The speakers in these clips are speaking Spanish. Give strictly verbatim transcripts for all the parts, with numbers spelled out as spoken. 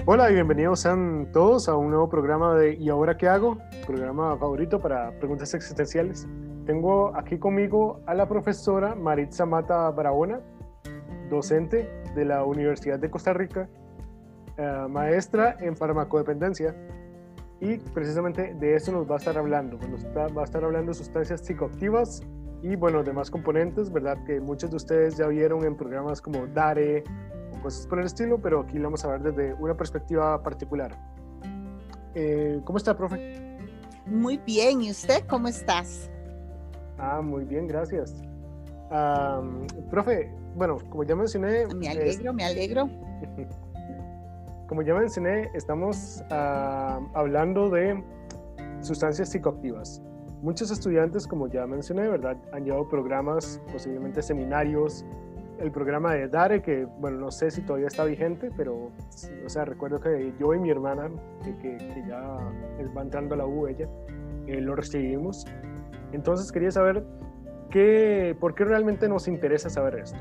Hola y bienvenidos sean todos a un nuevo programa de ¿Y ahora qué hago? Programa favorito para preguntas existenciales. Tengo aquí conmigo a la profesora Maritza Mata Barahona, docente de la Universidad de Costa Rica, uh, maestra en farmacodependencia, y precisamente de eso nos va a estar hablando. Nos está, va a estar hablando de sustancias psicoactivas y, bueno, demás componentes, ¿verdad? Que muchos de ustedes ya vieron en programas como DARE o cosas por el estilo, pero aquí lo vamos a ver desde una perspectiva particular. Eh, ¿Cómo está, profe? Muy bien, ¿y usted cómo estás? Ah, muy bien, gracias. Um, profe, bueno, como ya mencioné... Me alegro, es... me alegro. Como ya mencioné, estamos uh, hablando de sustancias psicoactivas. Muchos estudiantes, como ya mencioné, ¿verdad?, han llevado programas, posiblemente seminarios. El programa de DARE, que, bueno, no sé si todavía está vigente, pero, o sea, recuerdo que yo y mi hermana, que, que, que ya va entrando a la U, ella, eh, lo recibimos. Entonces quería saber qué, por qué realmente nos interesa saber esto.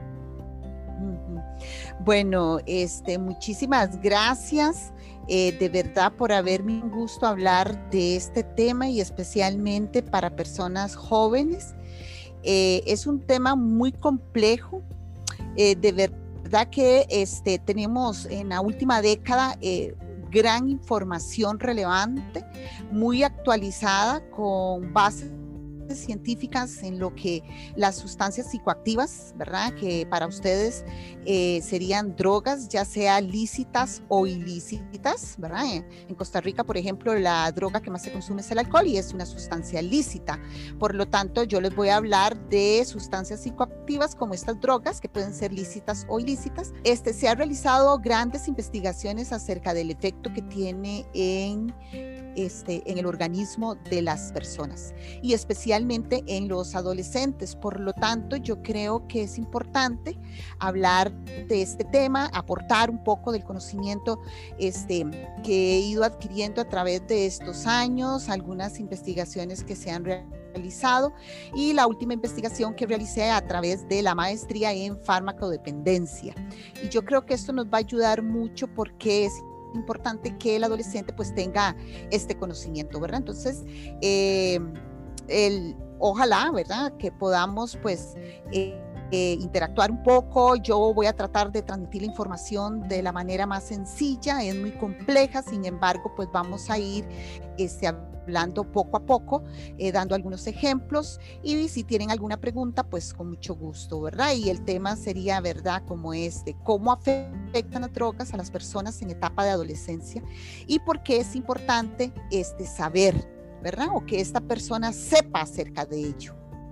Bueno, este, muchísimas gracias eh, de verdad por haberme un gusto hablar de este tema y especialmente para personas jóvenes. Eh, es un tema muy complejo, eh, de verdad que este, tenemos en la última década eh, gran información relevante, muy actualizada con bases científicas en lo que las sustancias psicoactivas, ¿verdad?, que para ustedes eh, serían drogas, ya sea lícitas o ilícitas, ¿verdad? En Costa Rica, por ejemplo, la droga que más se consume es el alcohol y es una sustancia lícita. Por lo tanto, yo les voy a hablar de sustancias psicoactivas como estas drogas, que pueden ser lícitas o ilícitas. Este, se han realizado grandes investigaciones acerca del efecto que tiene en Este, en el organismo de las personas y especialmente en los adolescentes. Por lo tanto, yo creo que es importante hablar de este tema, aportar un poco del conocimiento este, que he ido adquiriendo a través de estos años, algunas investigaciones que se han realizado y la última investigación que realicé a través de la maestría en farmacodependencia. Y yo creo que esto nos va a ayudar mucho porque es importante que el adolescente pues tenga este conocimiento, ¿verdad? Entonces, eh, el, ojalá, ¿verdad?, que podamos pues eh, eh, interactuar un poco. Yo voy a tratar de transmitir la información de la manera más sencilla, es muy compleja, sin embargo, pues vamos a ir este, hablando poco a poco, eh, dando algunos ejemplos y si tienen alguna pregunta, pues con mucho gusto, ¿verdad? Y el tema sería, ¿verdad?, como este, ¿cómo afectan las drogas a las personas en etapa de adolescencia y por qué es importante este, saber, ¿verdad?, o que esta persona sepa acerca de ello.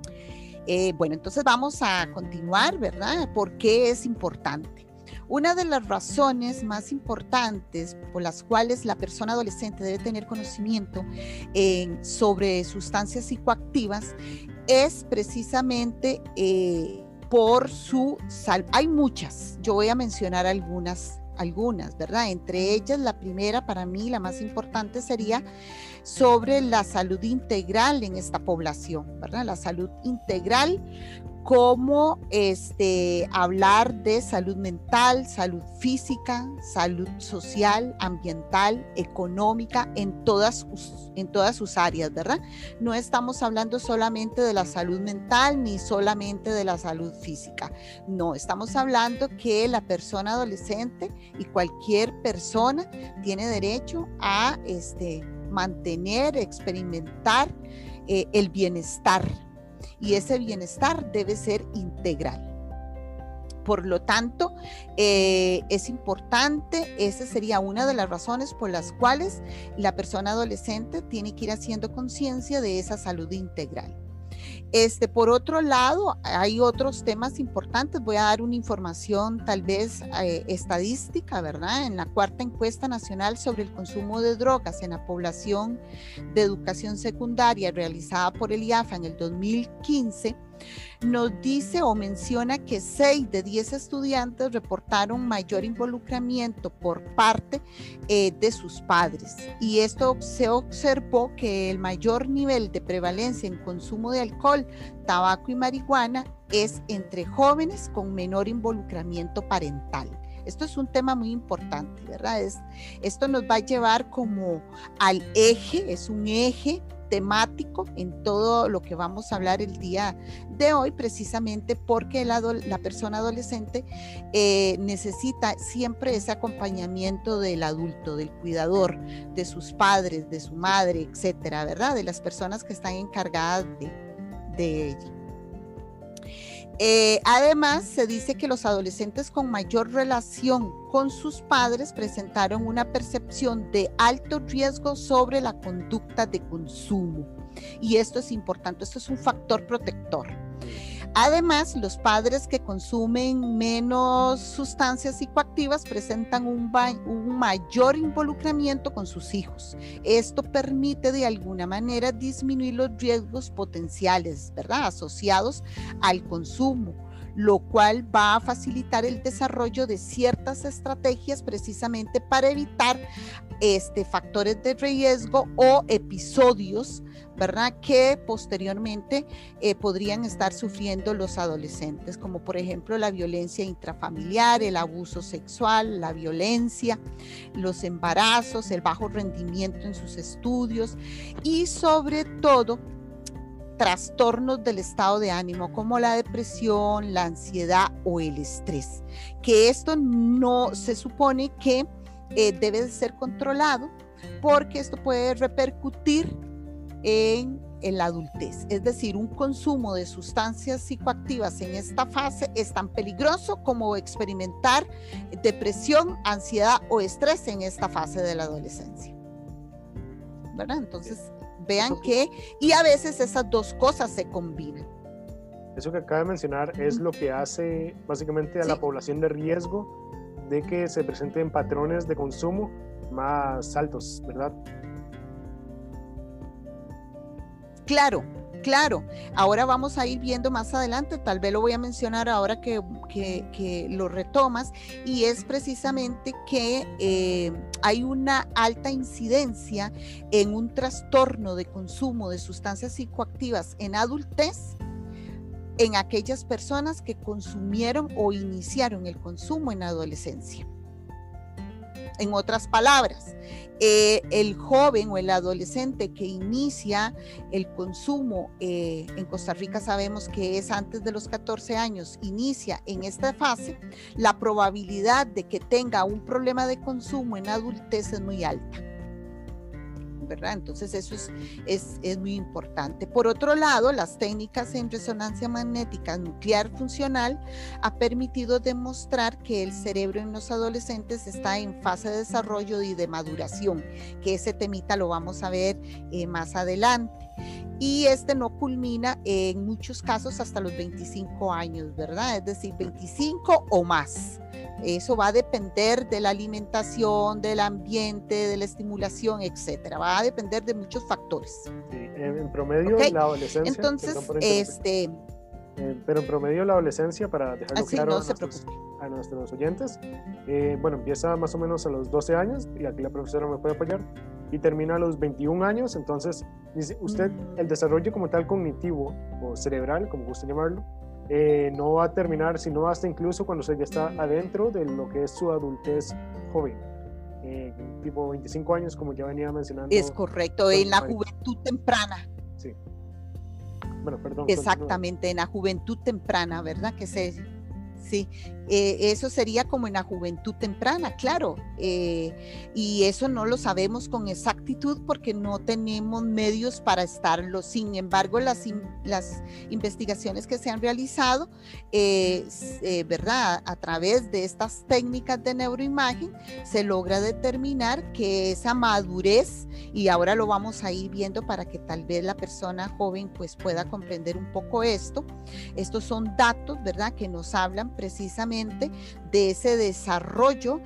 Eh, bueno, entonces vamos a continuar, ¿verdad? ¿Por qué es importante? Una de las razones más importantes por las cuales la persona adolescente debe tener conocimiento eh, sobre sustancias psicoactivas es precisamente eh, por su salud. Hay muchas, yo voy a mencionar algunas, algunas, ¿verdad? Entre ellas, la primera, para mí, la más importante sería sobre la salud integral en esta población, ¿verdad? La salud integral, como este, hablar de salud mental, salud física, salud social, ambiental, económica, en todas, en todas sus áreas, ¿verdad? No estamos hablando solamente de la salud mental ni solamente de la salud física. No, estamos hablando que la persona adolescente y cualquier persona tiene derecho a este, mantener, experimentar eh, el bienestar. Y ese bienestar debe ser integral. Por lo tanto, eh, es importante, esa sería una de las razones por las cuales la persona adolescente tiene que ir haciendo conciencia de esa salud integral. Este, por otro lado, hay otros temas importantes. Voy a dar una información tal vez eh, estadística, ¿verdad? En la cuarta encuesta nacional sobre el consumo de drogas en la población de educación secundaria realizada por el I A F A en el dos mil quince, nos dice o menciona que seis de diez estudiantes reportaron mayor involucramiento por parte eh, de sus padres, y esto se observó que el mayor nivel de prevalencia en consumo de alcohol, tabaco y marihuana es entre jóvenes con menor involucramiento parental. Esto es un tema muy importante, ¿verdad? Es, esto nos va a llevar como al eje, es un eje temático en todo lo que vamos a hablar el día de hoy, precisamente porque la, la persona adolescente eh, necesita siempre ese acompañamiento del adulto, del cuidador, de sus padres, de su madre, etcétera, ¿verdad? De las personas que están encargadas de, de ella. Eh, además, se dice que los adolescentes con mayor relación con sus padres presentaron una percepción de alto riesgo sobre la conducta de consumo. Y esto es importante, esto es un factor protector. Además, los padres que consumen menos sustancias psicoactivas presentan un, un mayor involucramiento con sus hijos. Esto permite de alguna manera disminuir los riesgos potenciales, ¿verdad?, asociados al consumo, lo cual va a facilitar el desarrollo de ciertas estrategias precisamente para evitar este, factores de riesgo o episodios, ¿verdad?, que posteriormente eh, podrían estar sufriendo los adolescentes, como por ejemplo la violencia intrafamiliar, el abuso sexual, la violencia, los embarazos, el bajo rendimiento en sus estudios y sobre todo trastornos del estado de ánimo como la depresión, la ansiedad o el estrés, que esto no se supone que eh, debe de ser controlado porque esto puede repercutir en, en la adultez, es decir, un consumo de sustancias psicoactivas en esta fase es tan peligroso como experimentar depresión, ansiedad o estrés en esta fase de la adolescencia, ¿verdad? Entonces vean que, y a veces esas dos cosas se combinan. Eso que acaba de mencionar es lo que hace básicamente a sí. la población de riesgo de que se presenten patrones de consumo más altos, ¿verdad? Claro, claro. Ahora vamos a ir viendo más adelante, tal vez lo voy a mencionar ahora que, que, que lo retomas, y es precisamente que eh, hay una alta incidencia en un trastorno de consumo de sustancias psicoactivas en adultez en aquellas personas que consumieron o iniciaron el consumo en adolescencia. En otras palabras, eh, el joven o el adolescente que inicia el consumo, eh, en Costa Rica sabemos que es antes de los catorce años, inicia en esta fase, la probabilidad de que tenga un problema de consumo en adultez es muy alta, ¿verdad? Entonces eso es, es, es muy importante. Por otro lado, las técnicas en resonancia magnética nuclear funcional ha permitido demostrar que el cerebro en los adolescentes está en fase de desarrollo y de maduración, que ese temita lo vamos a ver eh, más adelante. Y este no culmina eh, en muchos casos hasta los veinticinco años, ¿verdad? Es decir, veinticinco o más. Eso va a depender de la alimentación, del ambiente, de la estimulación, etcétera. Va a depender de muchos factores. Sí, en promedio, okay. La adolescencia. Entonces, este. Eh, pero en promedio, la adolescencia, para dejarlo así, claro no a, nuestros, a nuestros oyentes, eh, bueno, empieza más o menos a los doce años, y aquí la profesora me puede apoyar, y termina a los veintiún años. Entonces, dice usted, mm. el desarrollo como tal cognitivo o cerebral, como gusta llamarlo, Eh, no va a terminar sino hasta incluso cuando se ya está adentro de lo que es su adultez joven, eh, tipo veinticinco años, como ya venía mencionando. Es correcto, en la juventud temprana. Sí. Bueno, perdón. Exactamente, continúa. En la juventud temprana, ¿verdad? Que se, sí, eh, eso sería como en la juventud temprana, claro, eh, y eso no lo sabemos con exactitud porque no tenemos medios para estarlo. Sin embargo, las, in, las investigaciones que se han realizado, eh, eh, ¿verdad? A través de estas técnicas de neuroimagen se logra determinar que esa madurez, y ahora lo vamos a ir viendo para que tal vez la persona joven pues pueda comprender un poco esto. Estos son datos, ¿verdad?, que nos hablan precisamente de ese desarrollo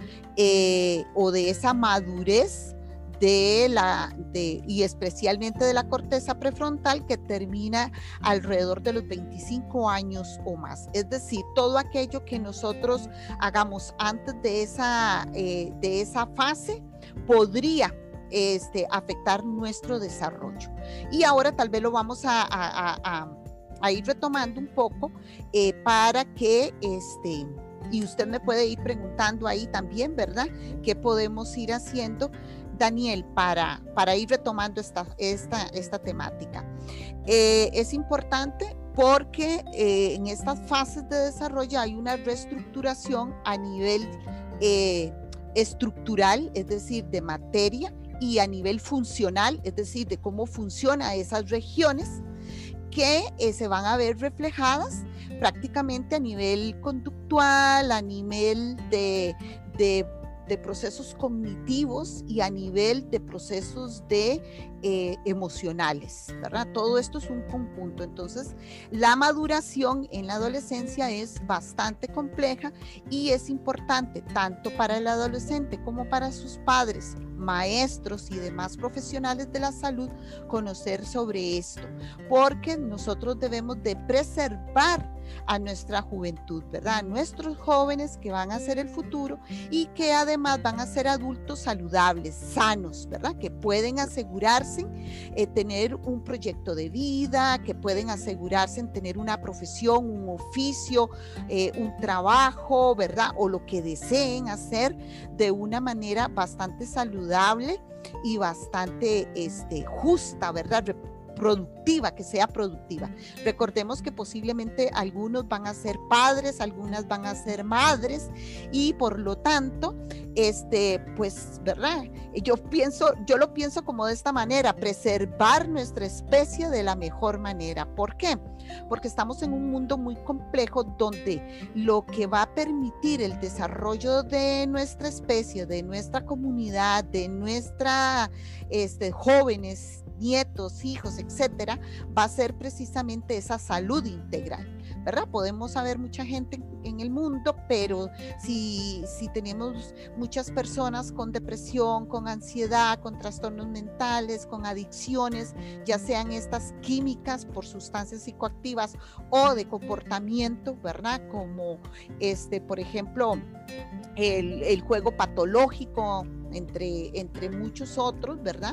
eh, o de esa madurez de la, de, y especialmente de la corteza prefrontal, que termina alrededor de los veinticinco años o más. Es decir, todo aquello que nosotros hagamos antes de esa, eh, de esa fase podría este, afectar nuestro desarrollo. Y ahora tal vez lo vamos a, a, a, a ir retomando un poco eh, para que este y usted me puede ir preguntando ahí también, ¿verdad? ¿Qué podemos ir haciendo, Daniel, para, para ir retomando esta, esta, esta temática? Eh, es importante porque eh, en estas fases de desarrollo hay una reestructuración a nivel eh, estructural, es decir, de materia, y a nivel funcional, es decir, de cómo funcionan esas regiones, que eh, se van a ver reflejadas prácticamente a nivel conductual, a nivel de, de, de procesos cognitivos y a nivel de procesos de eh, emocionales, ¿verdad? Todo esto es un conjunto. Entonces, la maduración en la adolescencia es bastante compleja y es importante tanto para el adolescente como para sus padres, maestros y demás profesionales de la salud conocer sobre esto, porque nosotros debemos de preservar a nuestra juventud, ¿verdad? A nuestros jóvenes que van a ser el futuro y que además van a ser adultos saludables, sanos, ¿verdad? Que pueden asegurarse eh, tener un proyecto de vida, que pueden asegurarse en tener una profesión, un oficio, eh, un trabajo, ¿verdad? O lo que deseen hacer de una manera bastante saludable y bastante este, justa, ¿verdad? Productiva, que sea productiva. Recordemos que posiblemente algunos van a ser padres, algunas van a ser madres y por lo tanto, este, pues, ¿verdad? Yo pienso, yo lo pienso como de esta manera, preservar nuestra especie de la mejor manera. ¿Por qué? Porque estamos en un mundo muy complejo donde lo que va a permitir el desarrollo de nuestra especie, de nuestra comunidad, de nuestra, este, jóvenes, nietos, hijos, etcétera, va a ser precisamente esa salud integral, ¿verdad? Podemos haber mucha gente en el mundo, pero si, si tenemos muchas personas con depresión, con ansiedad, con trastornos mentales, con adicciones, ya sean estas químicas por sustancias psicoactivas o de comportamiento, ¿verdad? Como, este, por ejemplo, el, el juego patológico, entre, entre muchos otros, ¿verdad?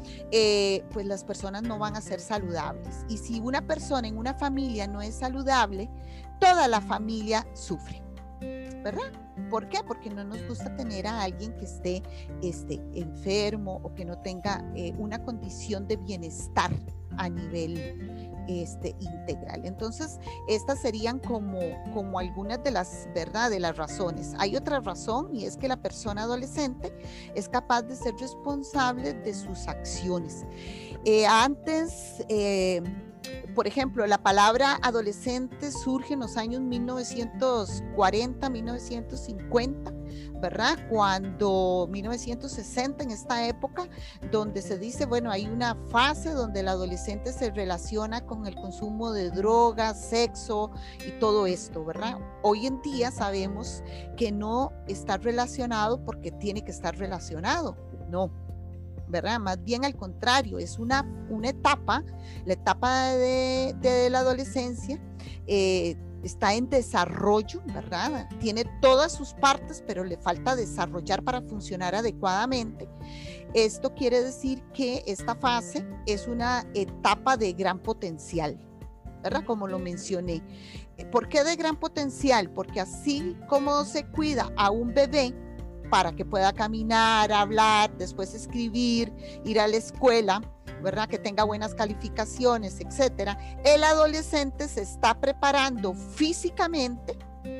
Eh, pues las personas no van a ser saludables. Y si una persona en una familia no es saludable, toda la familia sufre, ¿verdad? ¿Por qué? Porque no nos gusta tener a alguien que esté este, enfermo o que no tenga eh, una condición de bienestar a nivel este, integral. Entonces, estas serían como, como algunas de las, ¿verdad? De las razones. Hay otra razón y es que la persona adolescente es capaz de ser responsable de sus acciones. Eh, antes, eh, por ejemplo, la palabra adolescente surge en los años mil novecientos cuarenta, mil novecientos cincuenta, ¿verdad? Cuando mil novecientos sesenta, en esta época, donde se dice, bueno, hay una fase donde el adolescente se relaciona con el consumo de drogas, sexo y todo esto, ¿verdad? Hoy en día sabemos que no está relacionado porque tiene que estar relacionado, no, ¿verdad? Más bien al contrario, es una, una etapa, la etapa de, de la adolescencia, eh, está en desarrollo, ¿verdad? Tiene todas sus partes, pero le falta desarrollar para funcionar adecuadamente. Esto quiere decir que esta fase es una etapa de gran potencial, ¿verdad? Como lo mencioné. ¿Por qué de gran potencial? Porque así como se cuida a un bebé para que pueda caminar, hablar, después escribir, ir a la escuela, ¿verdad? Que tenga buenas calificaciones, etcétera. El adolescente se está preparando físicamente,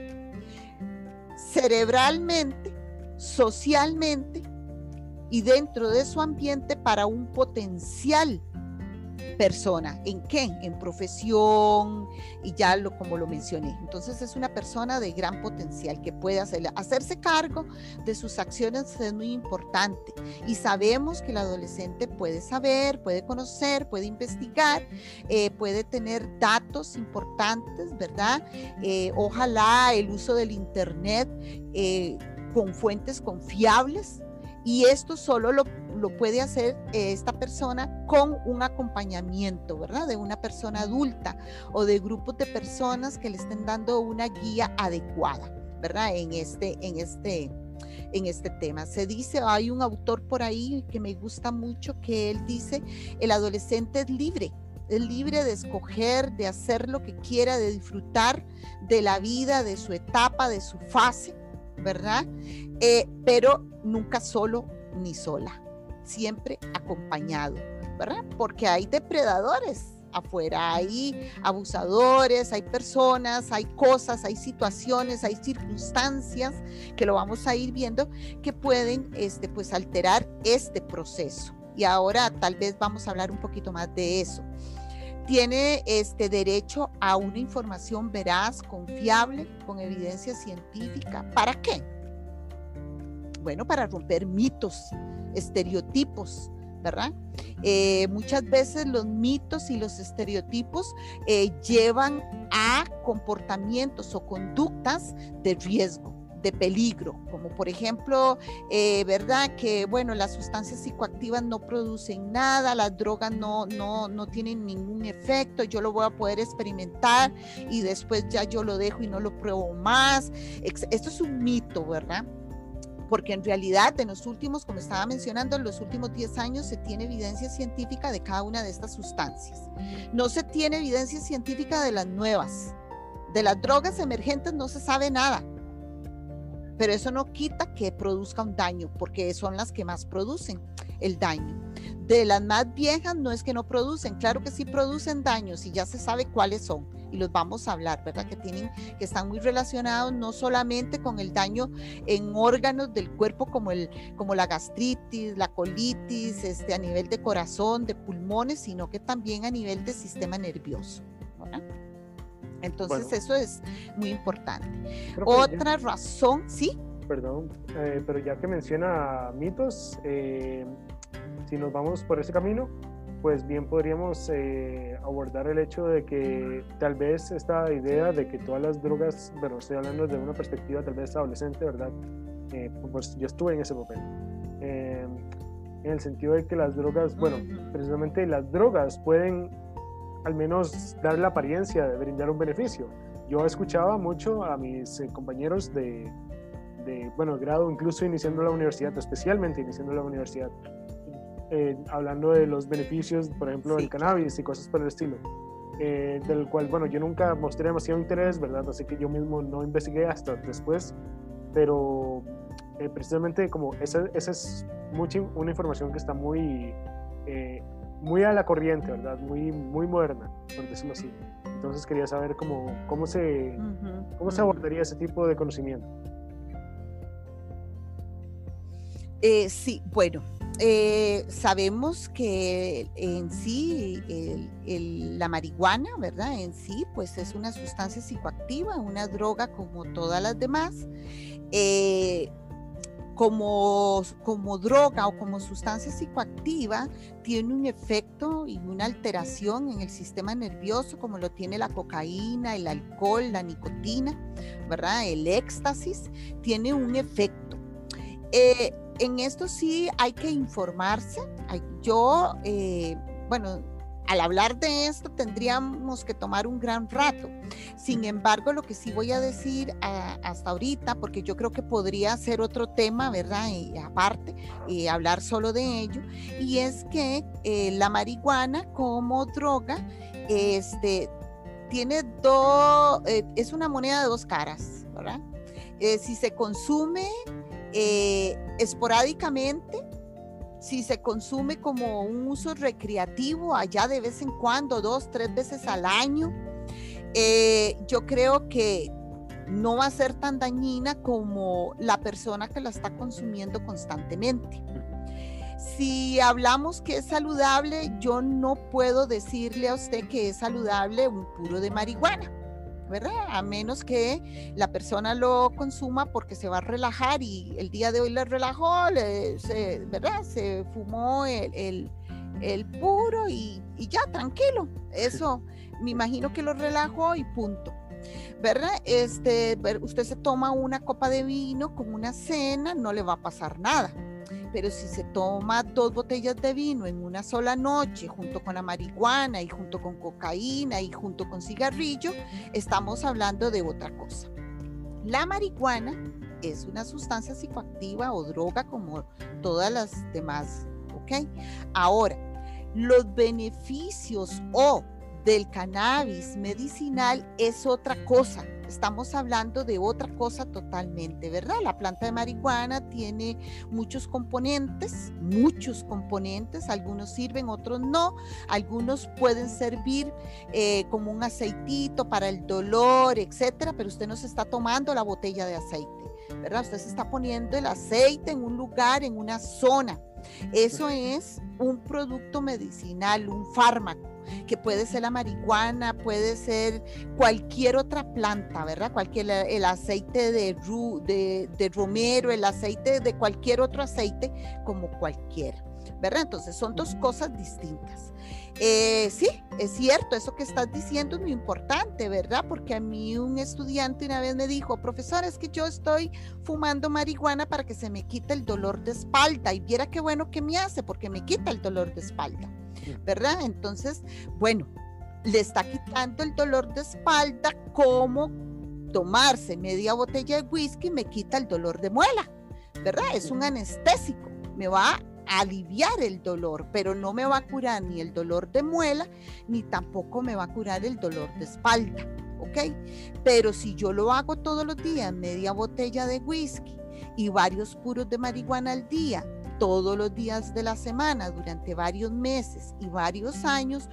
cerebralmente, socialmente y dentro de su ambiente para un potencial persona. ¿En qué? En profesión y ya lo, como lo mencioné. Entonces es una persona de gran potencial que puede hacer, hacerse cargo de sus acciones es muy importante y sabemos que el adolescente puede saber, puede conocer, puede investigar, eh, puede tener datos importantes, ¿verdad? Eh, ojalá el uso del internet eh, con fuentes confiables. Y esto solo lo, lo puede hacer eh, esta persona con un acompañamiento, ¿verdad? De una persona adulta o de grupos de personas que le estén dando una guía adecuada, ¿verdad? En este, en este, en este tema. Se dice, hay un autor por ahí que me gusta mucho que él dice, el adolescente es libre. es libre de escoger, de hacer lo que quiera, de disfrutar de la vida, de su etapa, de su fase, ¿verdad? Eh, pero nunca solo ni sola, siempre acompañado, ¿verdad? Porque hay depredadores afuera, hay abusadores, hay personas, hay cosas, hay situaciones, hay circunstancias que lo vamos a ir viendo que pueden este, pues, alterar este proceso. Y ahora tal vez vamos a hablar un poquito más de eso. Tiene este derecho a una información veraz, confiable, con evidencia científica. ¿Para qué? Bueno, para romper mitos, estereotipos, ¿verdad? Eh, muchas veces los mitos y los estereotipos eh, llevan a comportamientos o conductas de riesgo, de peligro, como por ejemplo, eh, ¿verdad? Que bueno, las sustancias psicoactivas no producen nada, las drogas no, no, no tienen ningún efecto, yo lo voy a poder experimentar y después ya yo lo dejo y no lo pruebo más. Esto es un mito, ¿verdad? Porque en realidad en los últimos, como estaba mencionando, en los últimos diez años se tiene evidencia científica de cada una de estas sustancias. No se tiene evidencia científica de las nuevas. De las drogas emergentes no se sabe nada. Pero eso no quita que produzca un daño, porque son las que más producen el daño. De las más viejas no es que no producen, claro que sí producen daños y ya se sabe cuáles son. Y los vamos a hablar, ¿verdad? Que tienen, que están muy relacionados no solamente con el daño en órganos del cuerpo como, el, como la gastritis, la colitis, este, a nivel de corazón, de pulmones, sino que también a nivel de sistema nervioso, ¿verdad? Entonces bueno, eso es muy importante. Otra ya, razón, ¿sí? Perdón, eh, pero ya que menciona mitos, eh, si nos vamos por ese camino, pues bien podríamos eh, abordar el hecho de que tal vez esta idea de que todas las drogas, bueno, estoy hablando de una perspectiva tal vez adolescente, ¿verdad? Eh, pues yo estuve en ese papel. Eh, en el sentido de que las drogas, bueno, precisamente las drogas pueden al menos dar la apariencia de brindar un beneficio. Yo escuchaba mucho a mis eh, compañeros de, de, bueno, grado, incluso iniciando la universidad, especialmente iniciando la universidad, Eh, hablando de los beneficios, por ejemplo, sí, del cannabis y cosas por el estilo, eh, del cual, bueno, yo nunca mostré demasiado interés, ¿verdad? Así que yo mismo no investigué hasta después, pero eh, precisamente como esa, esa es mucha, una información que está muy, eh, muy a la corriente, ¿verdad? Muy, muy moderna, por decirlo así. Entonces quería saber cómo, cómo, se, uh-huh, cómo uh-huh. se abordaría ese tipo de conocimiento. Eh, sí, bueno. Eh, sabemos que en sí el, el, la marihuana, ¿verdad? En sí, pues es una sustancia psicoactiva, una droga como todas las demás. Eh, como, como droga o como sustancia psicoactiva, tiene un efecto y una alteración en el sistema nervioso, como lo tiene la cocaína, el alcohol, la nicotina, ¿verdad? El éxtasis, tiene un efecto. Eh, En esto sí hay que informarse. Yo, eh, bueno, al hablar de esto tendríamos que tomar un gran rato. Sin embargo, lo que sí voy a decir a, hasta ahorita, porque yo creo que podría ser otro tema, ¿verdad? Y aparte, eh, hablar solo de ello, y es que eh, la marihuana como droga, este, tiene dos, eh, es una moneda de dos caras, ¿verdad? Eh, si se consume Eh, esporádicamente, si se consume como un uso recreativo allá de vez en cuando, dos, tres veces al año, eh, yo creo que no va a ser tan dañina como la persona que la está consumiendo constantemente. Si hablamos que es saludable, yo no puedo decirle a usted que es saludable un puro de marihuana, ¿verdad? A menos que la persona lo consuma porque se va a relajar y el día de hoy le relajó, le, se, ¿verdad? Se fumó el, el, el puro y, y ya, tranquilo. Eso me imagino que lo relajó y punto, ¿verdad? Este, usted se toma una copa de vino con una cena, no le va a pasar nada. Pero si se toma dos botellas de vino en una sola noche, junto con la marihuana y junto con cocaína y junto con cigarrillo, estamos hablando de otra cosa. La marihuana es una sustancia psicoactiva o droga como todas las demás, ¿ok? Ahora, Los beneficios o del cannabis medicinal es otra cosa. Estamos hablando de otra cosa totalmente, ¿verdad? La planta de marihuana tiene muchos componentes, muchos componentes, algunos sirven, otros no, algunos pueden servir eh, como un aceitito para el dolor, etcétera, pero usted no se está tomando la botella de aceite, ¿verdad? Usted se está poniendo el aceite en un lugar, en una zona. Eso es un producto medicinal, un fármaco, que puede ser la marihuana, puede ser cualquier otra planta, ¿verdad? Cualquier, el aceite de, ru, de, de romero, el aceite de cualquier otro aceite, como cualquiera, ¿verdad? Entonces son dos cosas distintas. Eh, sí, es cierto, eso que estás diciendo es muy importante, ¿verdad? Porque a mí un estudiante una vez me dijo, profesor, es que yo estoy fumando marihuana para que se me quite el dolor de espalda, y viera qué bueno que me hace, porque me quita el dolor de espalda, ¿verdad? Entonces, bueno, le está quitando el dolor de espalda como tomarse media botella de whisky me quita el dolor de muela, ¿verdad? Es un anestésico, me va a aliviar el dolor, pero no me va a curar ni el dolor de muela, ni tampoco me va a curar el dolor de espalda, ¿ok? Pero si yo lo hago todos los días, media botella de whisky y varios puros de marihuana al día, todos los días de la semana, durante varios meses y varios años,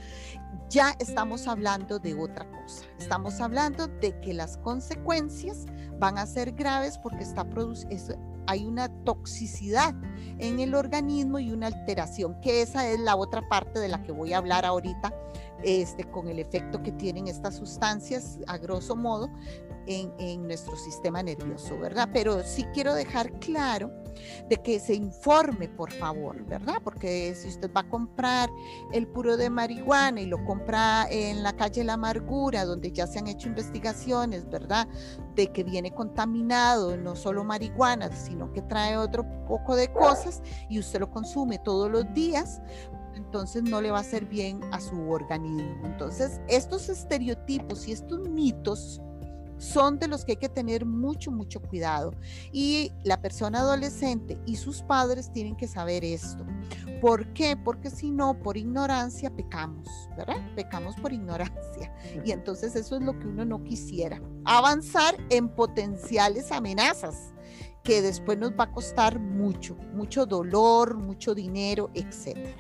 ya estamos hablando de otra cosa. Estamos hablando de que las consecuencias van a ser graves porque está produciendo, hay una toxicidad en el organismo y una alteración, que esa es la otra parte de la que voy a hablar ahorita, este, con el efecto que tienen estas sustancias, a grosso modo, en, en nuestro sistema nervioso, ¿verdad? Pero sí quiero dejar claro de que se informe, por favor, ¿verdad? Porque si usted va a comprar el puro de marihuana y lo compra en la calle La Amargura, donde ya se han hecho investigaciones, ¿verdad? De que viene contaminado, no solo marihuana, sino que trae otro poco de cosas, y usted lo consume todos los días, entonces no le va a hacer bien a su organismo. Entonces, estos estereotipos y estos mitos son de los que hay que tener mucho, mucho cuidado. Y la persona adolescente y sus padres tienen que saber esto. ¿Por qué? Porque si no, por ignorancia pecamos, ¿verdad? Pecamos por ignorancia. Y entonces eso es lo que uno no quisiera. Avanzar en potenciales amenazas que después nos va a costar mucho, mucho dolor, mucho dinero, etcétera.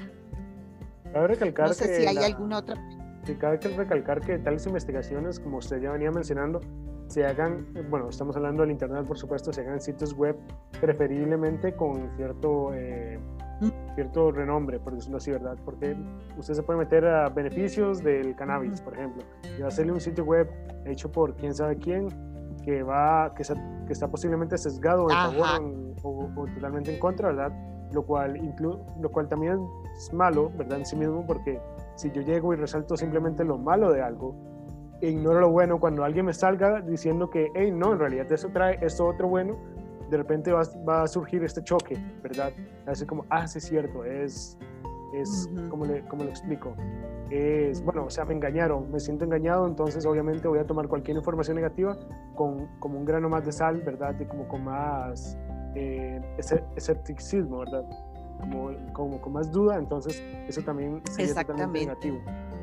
Cabe recalcar no sé que si hay la... alguna otra... Sí, cabe recalcar que tales investigaciones, como usted ya venía mencionando, se hagan, bueno, estamos hablando del internet, por supuesto, se hagan en sitios web, preferiblemente con cierto, eh, cierto renombre, por decirlo así, ¿verdad? Porque usted se puede meter a beneficios del cannabis, por ejemplo, y va a hacerle un sitio web hecho por quién sabe quién, que, va, que, está, que está posiblemente sesgado en favor o, o totalmente en contra, ¿verdad? Lo cual, inclu lo cual también es malo, ¿verdad? En sí mismo, porque si yo llego y resalto simplemente lo malo de algo e ignoro lo bueno, cuando alguien me salga diciendo que, hey, no, en realidad eso trae esto otro bueno, de repente va, va a surgir este choque, ¿verdad? Así como, ah, sí es cierto, es, es uh-huh. como, le, como lo explico, es, bueno, o sea, me engañaron, me siento engañado, entonces obviamente voy a tomar cualquier información negativa con como un grano más de sal, ¿verdad? Y como con más eh, escepticismo, ¿verdad? Como, como con más duda, entonces eso también sería totalmente negativo.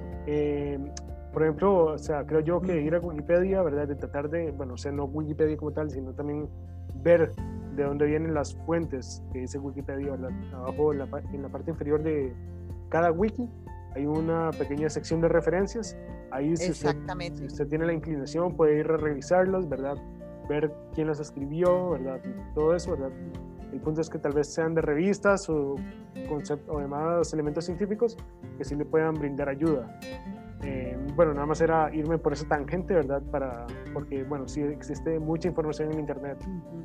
Eh, por ejemplo, o sea, creo yo que ir a Wikipedia, ¿verdad? De tratar de, bueno, o sea, no Wikipedia como tal, sino también ver de dónde vienen las fuentes que dice Wikipedia, ¿verdad? Abajo en la, en la parte inferior de cada wiki hay una pequeña sección de referencias. Ahí si usted, si usted tiene la inclinación puede ir a revisarlas, ¿verdad? Ver quién las escribió, ¿verdad? Y todo eso, ¿verdad? El punto es que tal vez sean de revistas o, concept, o demás elementos científicos que sí le puedan brindar ayuda. Eh, bueno, nada más era irme por esa tangente, ¿verdad? Para, porque, bueno, sí existe mucha información en internet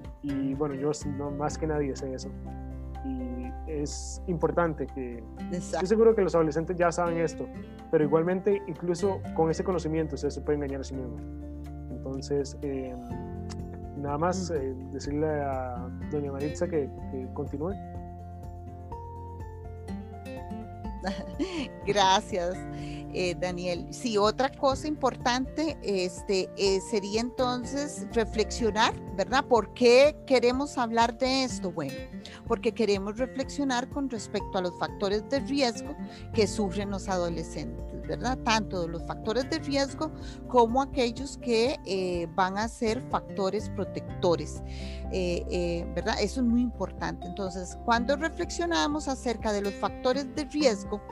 y, bueno, yo no, más que nadie sé eso. Y es importante que... Exacto. Estoy seguro que los adolescentes ya saben esto, pero igualmente, incluso con ese conocimiento, ustedes se pueden engañar a sí mismos. Entonces... Eh, nada más eh, decirle a doña Maritza que, que continúe. Gracias, eh, Daniel. Sí, otra cosa importante este, eh, sería entonces reflexionar ¿verdad? ¿Por qué queremos hablar de esto? Bueno, porque queremos reflexionar con respecto a los factores de riesgo que sufren los adolescentes, ¿verdad? Tanto los factores de riesgo como aquellos que eh, van a ser factores protectores, eh, eh, ¿verdad? Eso es muy importante. Entonces, cuando reflexionamos acerca de los factores de riesgo,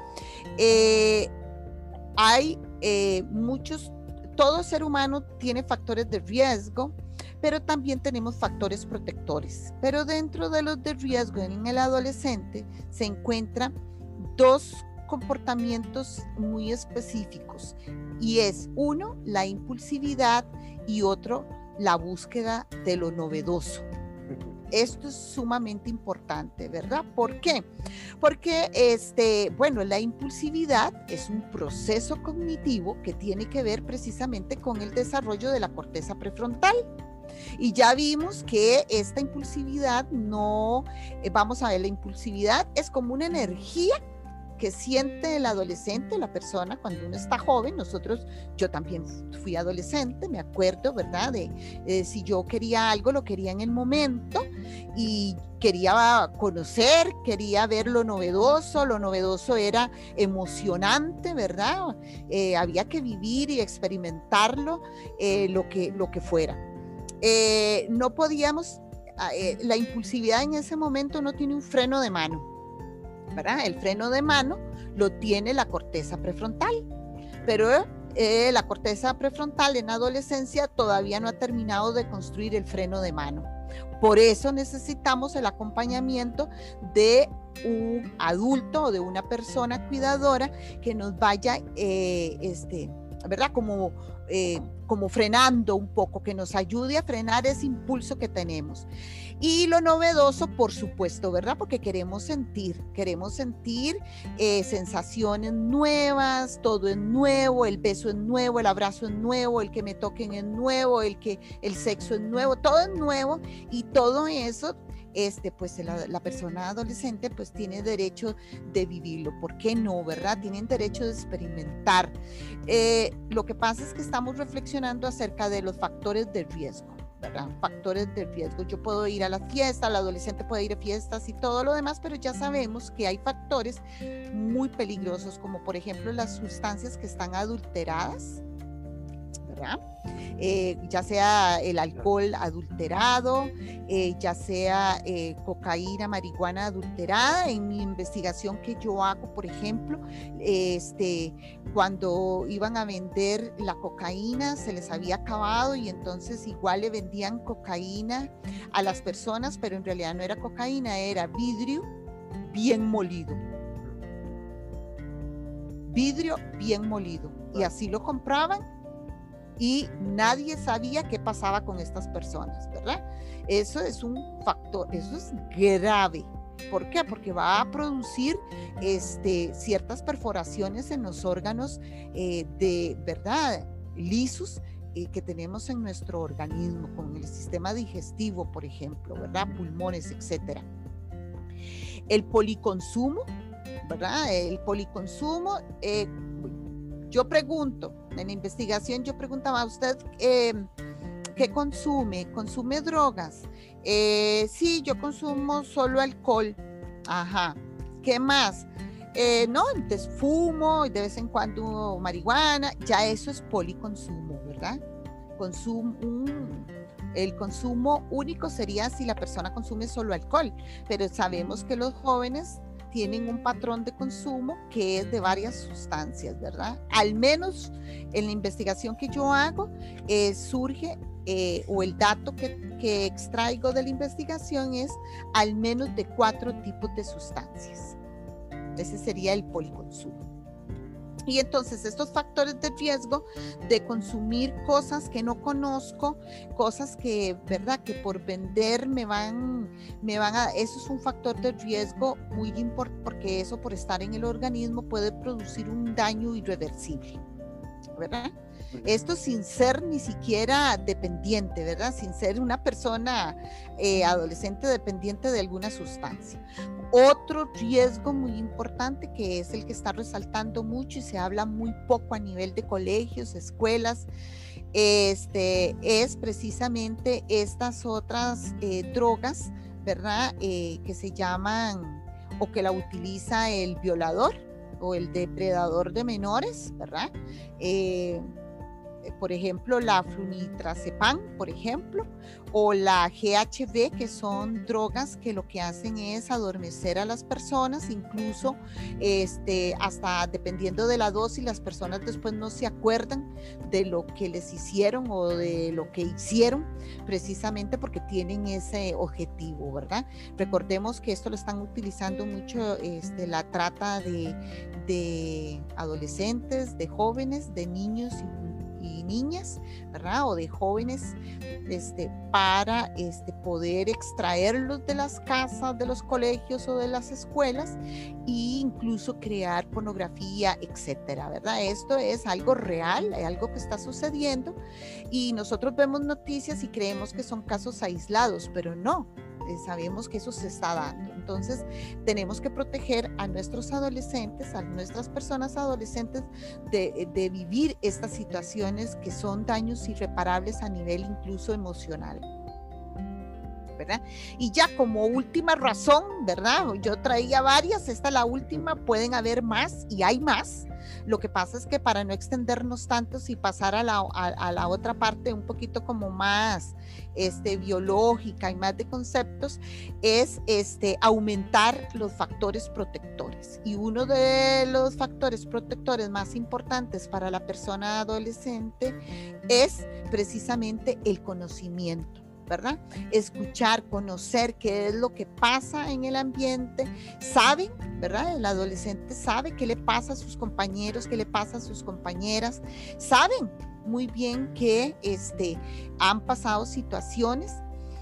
eh, hay eh, muchos, todo ser humano tiene factores de riesgo, pero también tenemos factores protectores. Pero dentro de los de riesgo en el adolescente se encuentran dos comportamientos muy específicos, y es uno, la impulsividad, y otro, la búsqueda de lo novedoso. Esto es sumamente importante, ¿verdad? ¿Por qué? Porque, este, bueno, la impulsividad es un proceso cognitivo que tiene que ver precisamente con el desarrollo de la corteza prefrontal. Y ya vimos que esta impulsividad no, eh, vamos a ver, la impulsividad es como una energía que siente el adolescente, la persona, cuando uno está joven. Nosotros, yo también fui adolescente, me acuerdo, ¿verdad? De eh, si yo quería algo, lo quería en el momento y quería conocer, quería ver lo novedoso, lo novedoso era emocionante, ¿verdad? Eh, había que vivir y experimentarlo, eh, lo que, lo que fuera. Eh, no podíamos, eh, la impulsividad en ese momento no tiene un freno de mano, ¿verdad? El freno de mano lo tiene la corteza prefrontal, pero eh, la corteza prefrontal en adolescencia todavía no ha terminado de construir el freno de mano. Por eso necesitamos el acompañamiento de un adulto o de una persona cuidadora que nos vaya, eh, este, ¿verdad? Como, eh, como frenando un poco, que nos ayude a frenar ese impulso que tenemos. Y lo novedoso, por supuesto, ¿verdad? Porque queremos sentir, queremos sentir eh, sensaciones nuevas, todo es nuevo, el beso es nuevo, el abrazo es nuevo, el que me toquen es nuevo, el que el sexo es nuevo, todo es nuevo, y todo eso, este, pues la, la persona adolescente pues tiene derecho de vivirlo. ¿Por qué no, verdad? Tienen derecho de experimentar. Eh, lo que pasa es que estamos reflexionando acerca de los factores de riesgo, ¿verdad? Factores de riesgo. Yo puedo ir a la fiesta, el adolescente puede ir a fiestas y todo lo demás, pero ya sabemos que hay factores muy peligrosos, como por ejemplo las sustancias que están adulteradas, ¿verdad? Eh, ya sea el alcohol adulterado, eh, ya sea eh, cocaína, marihuana adulterada. En mi investigación que yo hago, por ejemplo, este, cuando iban a vender la cocaína se les había acabado y entonces igual le vendían cocaína a las personas, pero en realidad no era cocaína, era vidrio bien molido. Vidrio bien molido. Y así lo compraban. Y nadie sabía qué pasaba con estas personas, ¿verdad? Eso es un factor, eso es grave. ¿Por qué? Porque va a producir este, ciertas perforaciones en los órganos eh, de, ¿verdad? Lisos eh, que tenemos en nuestro organismo, con el sistema digestivo, por ejemplo, ¿verdad? Pulmones, etcétera. El policonsumo, ¿verdad? El policonsumo, eh, yo pregunto, en la investigación yo preguntaba a usted, eh, ¿qué consume? ¿Consume drogas? Eh, sí, yo consumo solo alcohol. Ajá. ¿Qué más? Eh, no, entonces fumo y de vez en cuando marihuana. Ya eso es policonsumo, ¿verdad? Consumo, un, el consumo único sería si la persona consume solo alcohol, pero sabemos que los jóvenes tienen un patrón de consumo que es de varias sustancias, ¿verdad? Al menos en la investigación que yo hago, eh, surge, eh, o el dato que, que extraigo de la investigación es al menos de cuatro tipos de sustancias. Ese sería el policonsumo. Y entonces estos factores de riesgo de consumir cosas que no conozco, cosas que, ¿verdad? Que por vender me van, me van a, eso es un factor de riesgo muy importante, porque eso por estar en el organismo puede producir un daño irreversible, ¿verdad? Esto sin ser ni siquiera dependiente, ¿verdad? Sin ser una persona eh, adolescente dependiente de alguna sustancia. Otro riesgo muy importante, que es el que está resaltando mucho y se habla muy poco a nivel de colegios, escuelas, este, es precisamente estas otras eh, drogas, ¿verdad? Eh, que se llaman o que la utiliza el violador o el depredador de menores, ¿verdad? Eh, por ejemplo, la flunitrazepam, por ejemplo, o la G H B, que son drogas que lo que hacen es adormecer a las personas, incluso este, hasta dependiendo de la dosis, las personas después no se acuerdan de lo que les hicieron o de lo que hicieron, precisamente porque tienen ese objetivo, ¿verdad? Recordemos que esto lo están utilizando mucho este, la trata de, de adolescentes, de jóvenes, de niños y y niñas, ¿verdad? O de jóvenes, este, para este, poder extraerlos de las casas, de los colegios o de las escuelas e incluso crear pornografía, etcétera, ¿verdad? Esto es algo real, es algo que está sucediendo y nosotros vemos noticias y creemos que son casos aislados, pero no. Sabemos que eso se está dando. Entonces tenemos que proteger a nuestros adolescentes, a nuestras personas adolescentes de, de vivir estas situaciones que son daños irreparables a nivel incluso emocional, ¿verdad? Y ya como última razón, ¿verdad? Yo traía varias, esta es la última, pueden haber más y hay más. Lo que pasa es que para no extendernos tanto y pasar a la, a, a la otra parte un poquito como más este, biológica y más de conceptos, es este, aumentar los factores protectores. Y uno de los factores protectores más importantes para la persona adolescente es precisamente el conocimiento, ¿verdad? Escuchar, conocer qué es lo que pasa en el ambiente, saben, ¿verdad? El adolescente sabe qué le pasa a sus compañeros, qué le pasa a sus compañeras, saben muy bien que este, han pasado situaciones.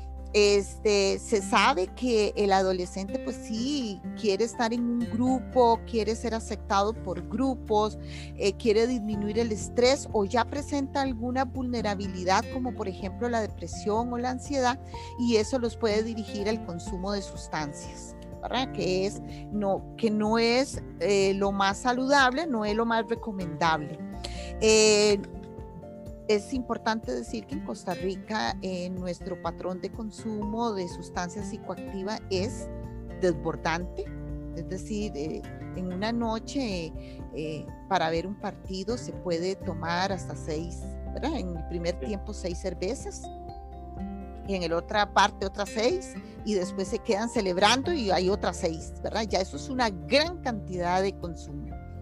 Este, se sabe que el adolescente pues sí quiere estar en un grupo, quiere ser aceptado por grupos, eh, quiere disminuir el estrés o ya presenta alguna vulnerabilidad como por ejemplo la depresión o la ansiedad y eso los puede dirigir al consumo de sustancias, ¿verdad? Que, es, no, que no es eh, lo más saludable, no es lo más recomendable. Eh, Es importante decir que en Costa Rica eh, nuestro patrón de consumo de sustancias psicoactivas es desbordante, es decir, eh, en una noche eh, para ver un partido se puede tomar hasta seis, ¿verdad? En el primer tiempo seis cervezas, y en la otra parte otras seis, y después se quedan celebrando y hay otras seis, ¿verdad? Ya eso es una gran cantidad de consumo.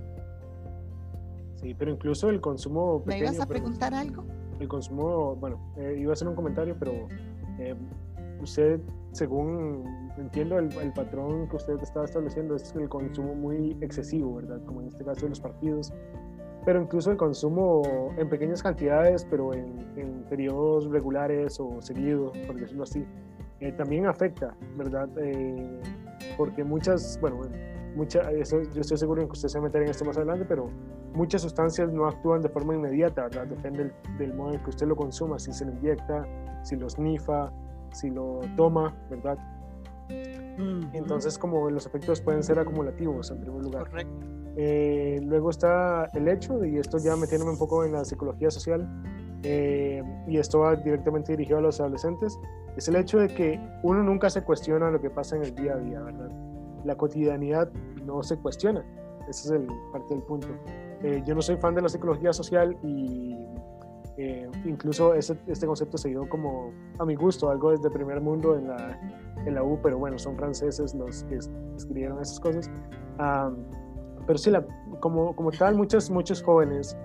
Sí, pero incluso el consumo pequeño, ¿Me ibas a preguntar pero, algo? El consumo, bueno, eh, iba a hacer un comentario, pero eh, usted, según entiendo, el, el patrón que usted estaba estableciendo es el consumo muy excesivo, ¿verdad? Como en este caso de los partidos, pero incluso el consumo en pequeñas cantidades, pero en, en periodos regulares o seguidos, por decirlo así, eh, también afecta, ¿verdad? Eh, porque muchas, bueno, mucha, eso, yo estoy seguro en que usted se va a meter en esto más adelante, pero muchas sustancias no actúan de forma inmediata, ¿verdad? Depende del, del modo en que usted lo consuma, si se lo inyecta, si lo snifa, si lo toma, ¿verdad? Mm-hmm. Entonces, como los efectos pueden ser acumulativos en primer lugar. Correcto. Eh, luego está el hecho, y esto ya metiéndome un poco en la psicología social, eh, y esto va directamente dirigido a los adolescentes, es el hecho de que uno nunca se cuestiona lo que pasa en el día a día, ¿verdad? La cotidianidad no se cuestiona, ese es el parte del punto. Eh, yo no soy fan de la psicología social y eh, incluso ese, este concepto se dio como a mi gusto, algo desde primer mundo en la, en la U, pero bueno, son franceses los que escribieron esas cosas. Um, pero sí, la, como, como tal, muchos, muchos jóvenes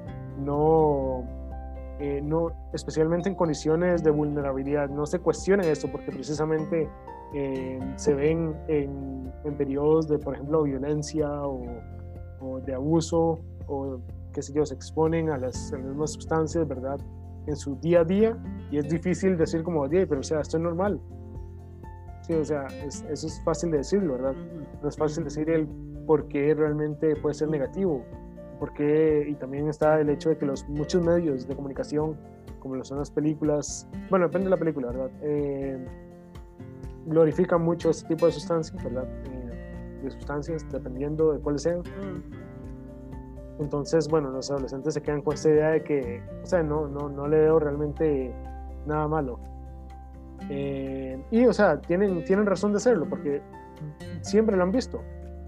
no, eh, no, especialmente en condiciones de vulnerabilidad, no se cuestionan esto porque precisamente eh, se ven en, en periodos de, por ejemplo, violencia o, o de abuso, o qué sé yo, se exponen a las, a las mismas sustancias, ¿verdad? En su día a día, y es difícil decir como, oye, pero o sea, esto es normal. Sí, o sea, es, eso es fácil de decirlo, ¿verdad? No es fácil decir el por qué realmente puede ser negativo, porque, y también está el hecho de que los muchos medios de comunicación, como lo son las películas, bueno, depende de la película, ¿verdad? Eh, glorifican mucho este tipo de sustancias, ¿verdad? Eh, de sustancias, dependiendo de cuáles sean. Entonces, bueno, los adolescentes se quedan con esta idea de que, o sea, no, no, no le veo realmente nada malo. Eh, y, o sea, tienen, tienen razón de hacerlo porque siempre lo han visto.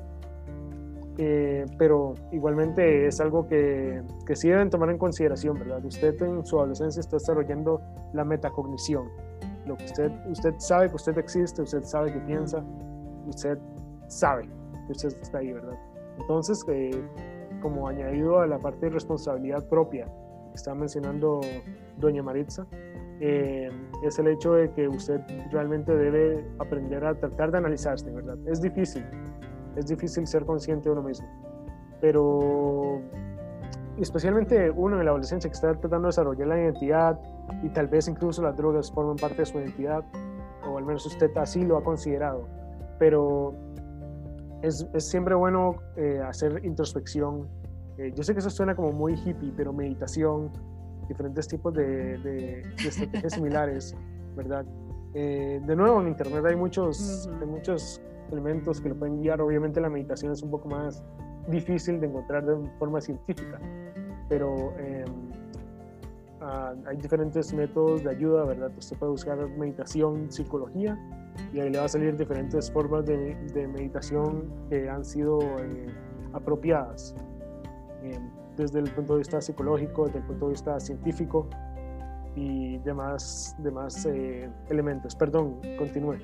Eh, pero igualmente es algo que, que sí deben tomar en consideración, ¿verdad? Usted en su adolescencia está desarrollando la metacognición. Lo que usted, usted sabe que usted existe, usted sabe que piensa, usted sabe que usted está ahí, ¿verdad? Entonces, eh, como añadido a la parte de responsabilidad propia que está mencionando doña Maritza, eh, es el hecho de que usted realmente debe aprender a tratar de analizarse, ¿verdad? Es difícil, es difícil ser consciente de uno mismo, pero especialmente uno en la adolescencia que está tratando de desarrollar la identidad y tal vez incluso las drogas forman parte de su identidad, o al menos usted así lo ha considerado, pero es, es siempre bueno eh, hacer introspección. Eh, yo sé que eso suena como muy hippie, pero meditación, diferentes tipos de, de, de estrategias similares, ¿verdad? Eh, de nuevo, en internet hay muchos, uh-huh. hay muchos elementos que lo pueden guiar. Obviamente la meditación es un poco más difícil de encontrar de forma científica, pero eh, uh, hay diferentes métodos de ayuda, ¿verdad? Usted puede buscar meditación, psicología, y ahí le va a salir diferentes formas de, de meditación que han sido eh, apropiadas eh, desde el punto de vista psicológico, desde el punto de vista científico y demás, demás eh, elementos. Perdón, continúe.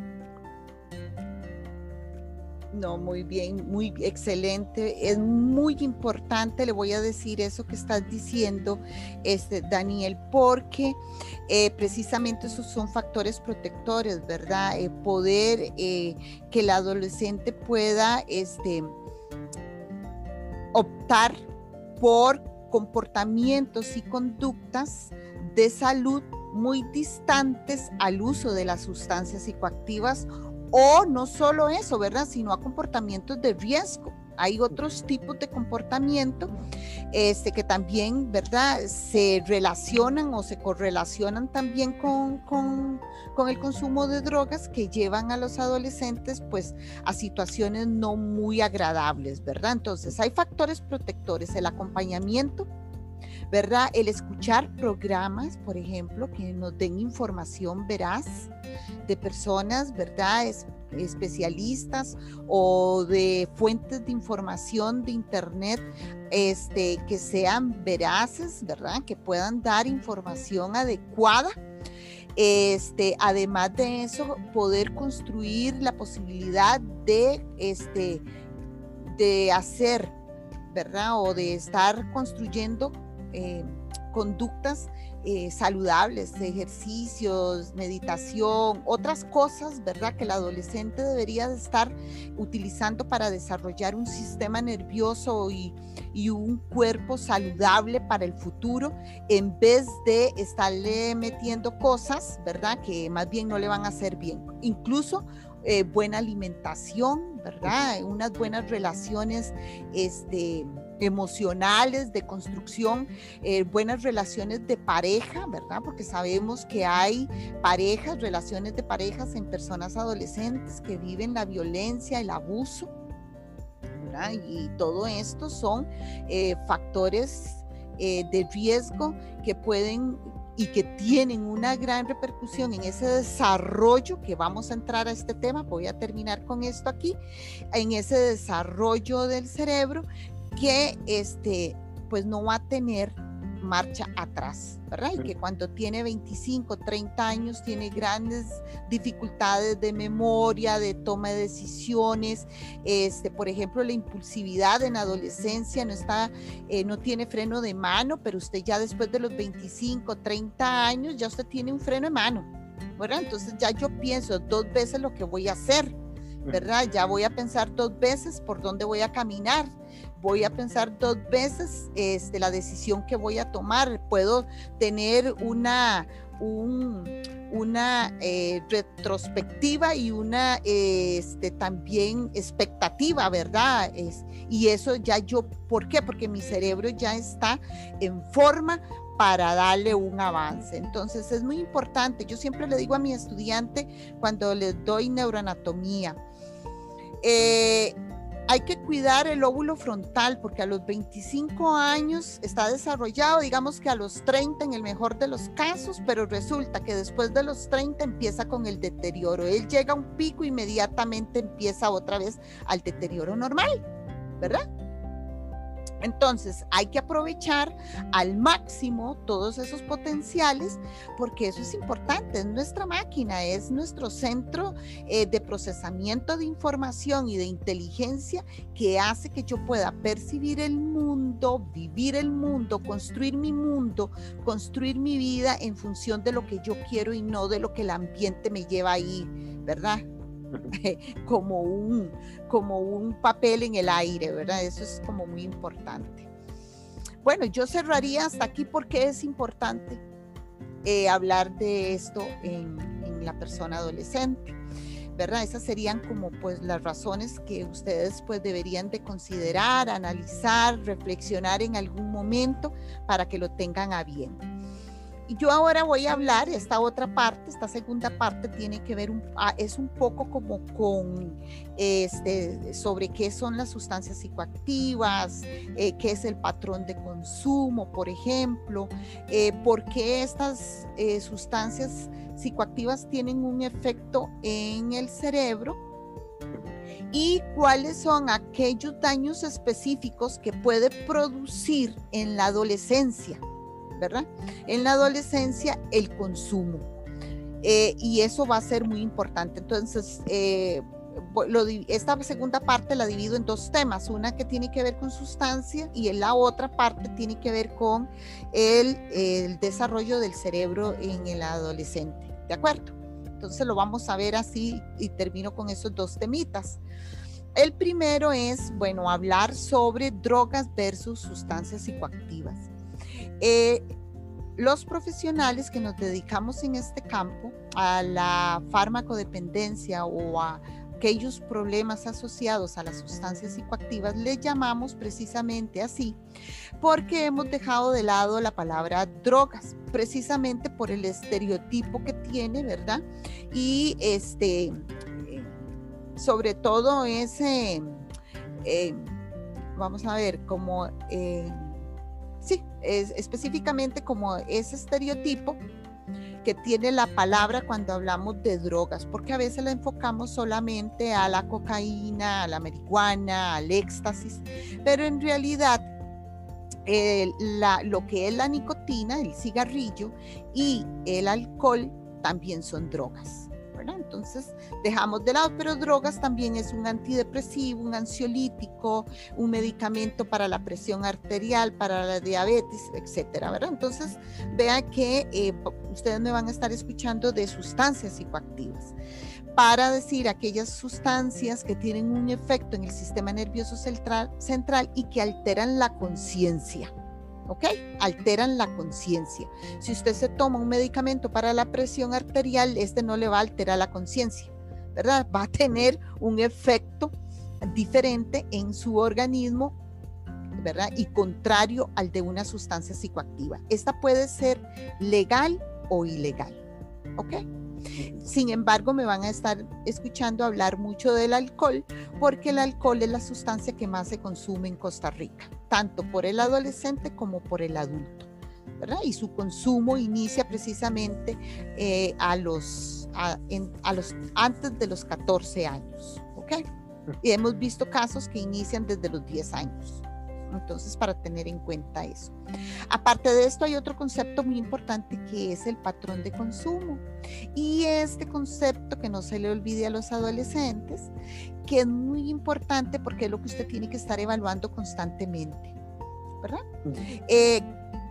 No, muy bien, muy excelente. Es muy importante, le voy a decir eso que estás diciendo, este, Daniel, porque eh, precisamente esos son factores protectores, ¿verdad? Eh, poder eh, que el adolescente pueda este, optar por comportamientos y conductas de salud muy distantes al uso de las sustancias psicoactivas. O no solo eso, ¿verdad? Sino a comportamientos de riesgo. Hay otros tipos de comportamiento este, que también, ¿verdad? Se relacionan o se correlacionan también con, con, con el consumo de drogas que llevan a los adolescentes pues a situaciones no muy agradables, ¿verdad? Entonces hay factores protectores, el acompañamiento, ¿verdad? El escuchar programas, por ejemplo, que nos den información veraz de personas, ¿verdad? Es, especialistas o de fuentes de información de internet este, que sean veraces, ¿verdad? Que puedan dar información adecuada. Este, además de eso, poder construir la posibilidad de, este, de hacer, ¿verdad? O de estar construyendo Eh, conductas eh, saludables, ejercicios, meditación, otras cosas, ¿verdad? Que el adolescente debería de estar utilizando para desarrollar un sistema nervioso y, y un cuerpo saludable para el futuro, en vez de estarle metiendo cosas, ¿verdad? Que más bien no le van a hacer bien. Incluso eh, buena alimentación, ¿verdad? Unas buenas relaciones, este, emocionales, de construcción, eh, buenas relaciones de pareja, ¿verdad? Porque sabemos que hay parejas, relaciones de parejas en personas adolescentes que viven la violencia, el abuso, ¿verdad? Y todo esto son eh, factores eh, de riesgo que pueden y que tienen una gran repercusión en ese desarrollo, que vamos a entrar a este tema, voy a terminar con esto aquí, en ese desarrollo del cerebro que este, pues no va a tener marcha atrás, ¿verdad? Y que cuando tiene veinticinco, treinta años tiene grandes dificultades de memoria, de toma de decisiones, este, por ejemplo, la impulsividad en adolescencia no está, eh, no tiene freno de mano, pero usted ya después de los veinticinco, treinta años ya usted tiene un freno de mano, ¿verdad? Entonces ya yo pienso dos veces lo que voy a hacer, ¿verdad? Ya voy a pensar dos veces por dónde voy a caminar, voy a pensar dos veces este, la decisión que voy a tomar, puedo tener una, un, una eh, retrospectiva y una eh, este, también expectativa, ¿verdad? Es, y eso ya yo, ¿por qué? Porque mi cerebro ya está en forma para darle un avance. Entonces es muy importante, yo siempre le digo a mi estudiante cuando les doy neuroanatomía, eh, hay que cuidar el lóbulo frontal porque a los veinticinco años está desarrollado, digamos que a los treinta en el mejor de los casos, pero resulta que después de los treinta empieza con el deterioro. Él llega a un pico, inmediatamente empieza otra vez al deterioro normal, ¿verdad? Entonces hay que aprovechar al máximo todos esos potenciales porque eso es importante, es nuestra máquina, es nuestro centro eh, de procesamiento de información y de inteligencia que hace que yo pueda percibir el mundo, vivir el mundo, construir mi mundo, construir mi vida en función de lo que yo quiero y no de lo que el ambiente me lleva ahí, ¿verdad? como un, como un papel en el aire, ¿verdad? Eso es como muy importante. Bueno, yo cerraría hasta aquí porque es importante eh, hablar de esto en, en la persona adolescente, ¿verdad? Esas serían como pues las razones que ustedes pues deberían de considerar, analizar, reflexionar en algún momento para que lo tengan a bien. Y yo ahora voy a hablar, esta otra parte, esta segunda parte tiene que ver, un, es un poco como con, este, sobre qué son las sustancias psicoactivas, eh, qué es el patrón de consumo, por ejemplo, eh, por qué estas eh, sustancias psicoactivas tienen un efecto en el cerebro y cuáles son aquellos daños específicos que puede producir en la adolescencia, ¿verdad? En la adolescencia el consumo eh, y eso va a ser muy importante. Entonces eh, lo, esta segunda parte la divido en dos temas, una que tiene que ver con sustancia y en la otra parte tiene que ver con el, el desarrollo del cerebro en el adolescente, ¿de acuerdo? Entonces lo vamos a ver así y termino con esos dos temitas. El primero es, bueno, hablar sobre drogas versus sustancias psicoactivas. Eh, los profesionales que nos dedicamos en este campo a la farmacodependencia o a aquellos problemas asociados a las sustancias psicoactivas les llamamos precisamente así porque hemos dejado de lado la palabra drogas precisamente por el estereotipo que tiene, ¿verdad? Y este sobre todo ese eh, vamos a ver como eh, sí, es específicamente como ese estereotipo que tiene la palabra cuando hablamos de drogas, porque a veces la enfocamos solamente a la cocaína, a la marihuana, al éxtasis, pero en realidad eh, la, lo que es la nicotina, el cigarrillo y el alcohol también son drogas. Entonces dejamos de lado, pero drogas también es un antidepresivo, un ansiolítico, un medicamento para la presión arterial, para la diabetes, etcétera, ¿verdad? Entonces vean que eh, ustedes me van a estar escuchando de sustancias psicoactivas para decir aquellas sustancias que tienen un efecto en el sistema nervioso central, central y que alteran la conciencia. ¿Ok? Alteran la conciencia. Si usted se toma un medicamento para la presión arterial, este no le va a alterar la conciencia, ¿verdad? Va a tener un efecto diferente en su organismo, ¿verdad? Y contrario al de una sustancia psicoactiva. Esta puede ser legal o ilegal, ¿ok? Sin embargo, me van a estar escuchando hablar mucho del alcohol, porque el alcohol es la sustancia que más se consume en Costa Rica, tanto por el adolescente como por el adulto, ¿verdad? Y su consumo inicia precisamente eh, a los, a, en, a los, antes de los catorce años, ¿ok? Y hemos visto casos que inician desde los diez años. Entonces, para tener en cuenta eso. Aparte de esto, hay otro concepto muy importante que es el patrón de consumo. Y este concepto, que no se le olvide a los adolescentes, que es muy importante porque es lo que usted tiene que estar evaluando constantemente, ¿verdad? Uh-huh. eh,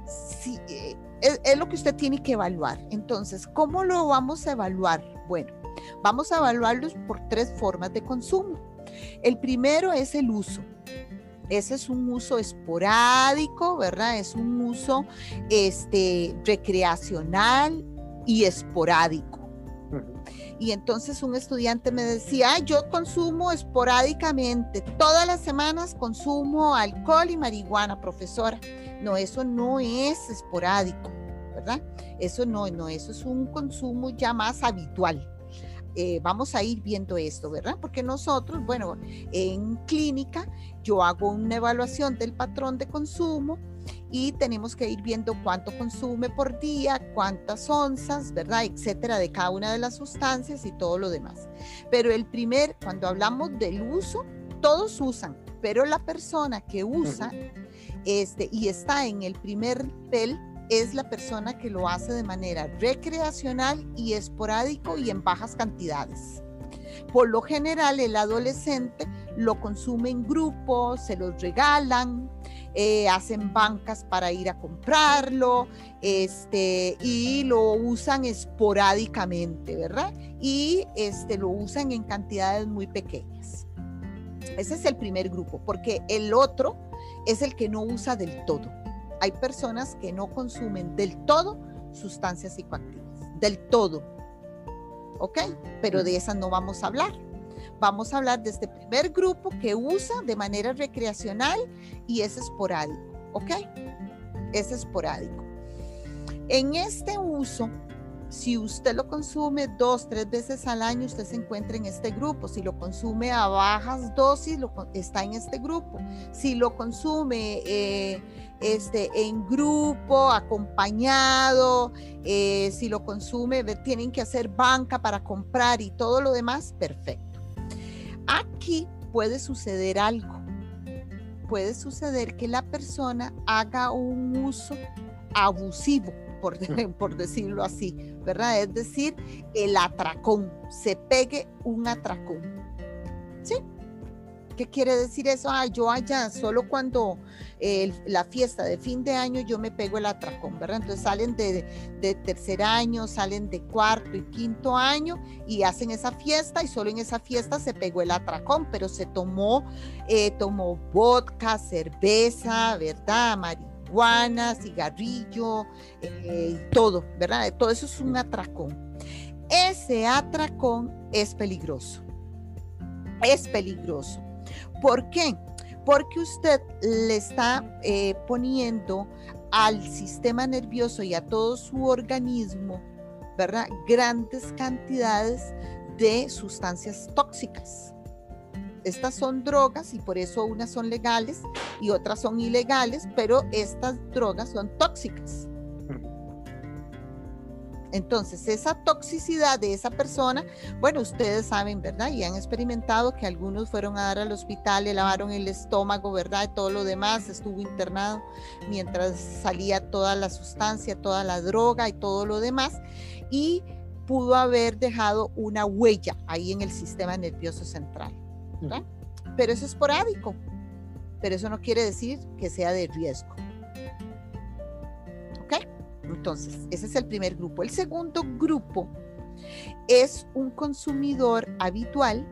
sí, eh, es, es lo que usted tiene que evaluar. Entonces, ¿cómo lo vamos a evaluar? Bueno, vamos a evaluarlos por tres formas de consumo. El primero es el uso. Ese es un uso esporádico, ¿verdad? Es un uso este, recreacional y esporádico. Uh-huh. Y entonces un estudiante me decía, ah, yo consumo esporádicamente, todas las semanas consumo alcohol y marihuana, profesora. No, eso no es esporádico, ¿verdad? Eso no, no, eso es un consumo ya más habitual. eh, vamos a ir viendo esto, ¿verdad? Porque nosotros, bueno, en clínica yo hago una evaluación del patrón de consumo y tenemos que ir viendo cuánto consume por día, cuántas onzas, ¿verdad? Etcétera, de cada una de las sustancias y todo lo demás. Pero el primer, cuando hablamos del uso, todos usan, pero la persona que usa este, y está en el primer nivel es la persona que lo hace de manera recreacional y esporádico y en bajas cantidades. Por lo general, el adolescente lo consume en grupo, se los regalan, eh, hacen bancas para ir a comprarlo, este, y lo usan esporádicamente, ¿verdad? Y este, lo usan en cantidades muy pequeñas. Ese es el primer grupo, porque el otro es el que no usa del todo. Hay personas que no consumen del todo sustancias psicoactivas, del todo, ¿ok? Pero de esas no vamos a hablar. Vamos a hablar de este primer grupo que usa de manera recreacional y es esporádico, ¿ok? Es esporádico. En este uso, si usted lo consume dos, tres veces al año, usted se encuentra en este grupo. Si lo consume a bajas dosis, lo, está en este grupo. Si lo consume eh, este, en grupo, acompañado, eh, si lo consume, tienen que hacer banca para comprar y todo lo demás, perfecto. Aquí puede suceder algo. Puede suceder que la persona haga un uso abusivo, Por, por decirlo así, ¿verdad? Es decir, el atracón, se pegue un atracón, ¿sí? ¿Qué quiere decir eso? Ah, yo allá, solo cuando eh, la fiesta de fin de año yo me pego el atracón, ¿verdad? Entonces salen de, de tercer año, salen de cuarto y quinto año y hacen esa fiesta y solo en esa fiesta se pegó el atracón, pero se tomó, eh, tomó vodka, cerveza, ¿verdad? Marihuana, marihuana, cigarrillo, eh, todo, ¿verdad? Todo eso es un atracón. Ese atracón es peligroso. Es peligroso. ¿Por qué? Porque usted le está eh, poniendo al sistema nervioso y a todo su organismo, ¿verdad? Grandes cantidades de sustancias tóxicas. Estas son drogas y por eso unas son legales y otras son ilegales, pero estas drogas son tóxicas. Entonces, esa toxicidad de esa persona, bueno, ustedes saben, ¿verdad? Y han experimentado que algunos fueron a dar al hospital, le lavaron el estómago, ¿verdad? Y todo lo demás, estuvo internado mientras salía toda la sustancia, toda la droga y todo lo demás, y pudo haber dejado una huella ahí en el sistema nervioso central. ¿verdad? Pero es esporádico, pero eso no quiere decir que sea de riesgo. ¿Ok? Entonces, ese es el primer grupo. El segundo grupo es un consumidor habitual,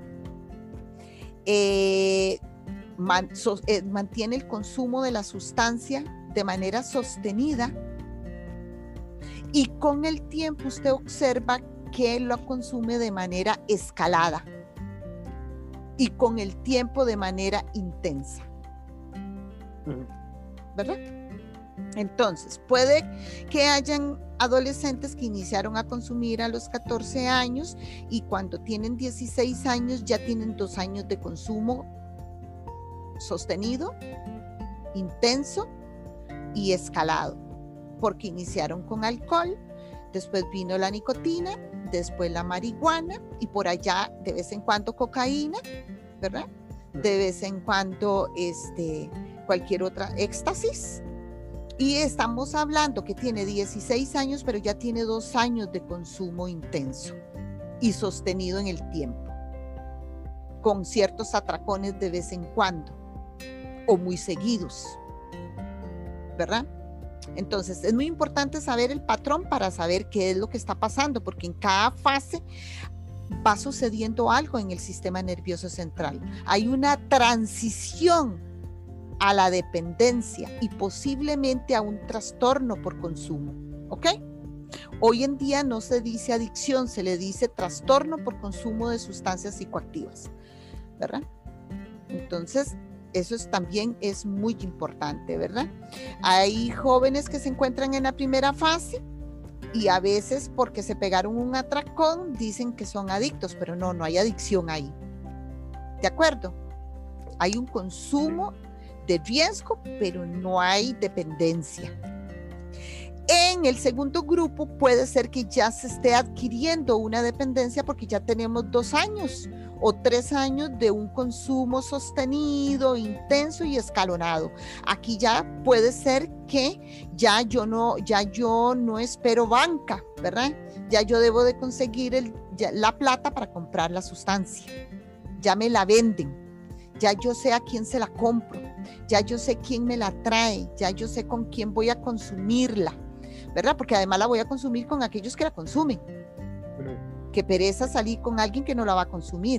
eh, man, so, eh, mantiene el consumo de la sustancia de manera sostenida y con el tiempo usted observa que lo consume de manera escalada y con el tiempo de manera intensa. ¿Verdad? Entonces, puede que hayan adolescentes que iniciaron a consumir a los catorce años y cuando tienen dieciséis años ya tienen dos años de consumo sostenido, intenso y escalado, porque iniciaron con alcohol, después vino la nicotina, después la marihuana y por allá de vez en cuando cocaína, ¿verdad? De vez en cuando este, cualquier otra éxtasis. Y estamos hablando que tiene dieciséis años, pero ya tiene dos años de consumo intenso y sostenido en el tiempo, con ciertos atracones de vez en cuando o muy seguidos, ¿verdad? Entonces, es muy importante saber el patrón para saber qué es lo que está pasando, porque en cada fase va sucediendo algo en el sistema nervioso central. Hay una transición a la dependencia y posiblemente a un trastorno por consumo, ¿ok? Hoy en día no se dice adicción, se le dice trastorno por consumo de sustancias psicoactivas, ¿verdad? Entonces, eso es, también es muy importante, ¿verdad? Hay jóvenes que se encuentran en la primera fase Y a veces porque se pegaron un atracón dicen que son adictos, pero no, no hay adicción ahí. ¿De acuerdo? Hay un consumo de riesgo, pero no hay dependencia. En el segundo grupo puede ser que ya se esté adquiriendo una dependencia porque ya tenemos dos años o tres años de un consumo sostenido, intenso y escalonado. Aquí ya puede ser que ya yo no, ya yo no espero banca, ¿verdad? Ya yo debo de conseguir el, ya, la plata para comprar la sustancia. Ya me la venden, ya yo sé a quién se la compro, ya yo sé quién me la trae, ya yo sé con quién voy a consumirla, ¿verdad? Porque además la voy a consumir con aquellos que la consumen. Que pereza salir con alguien que no la va a consumir.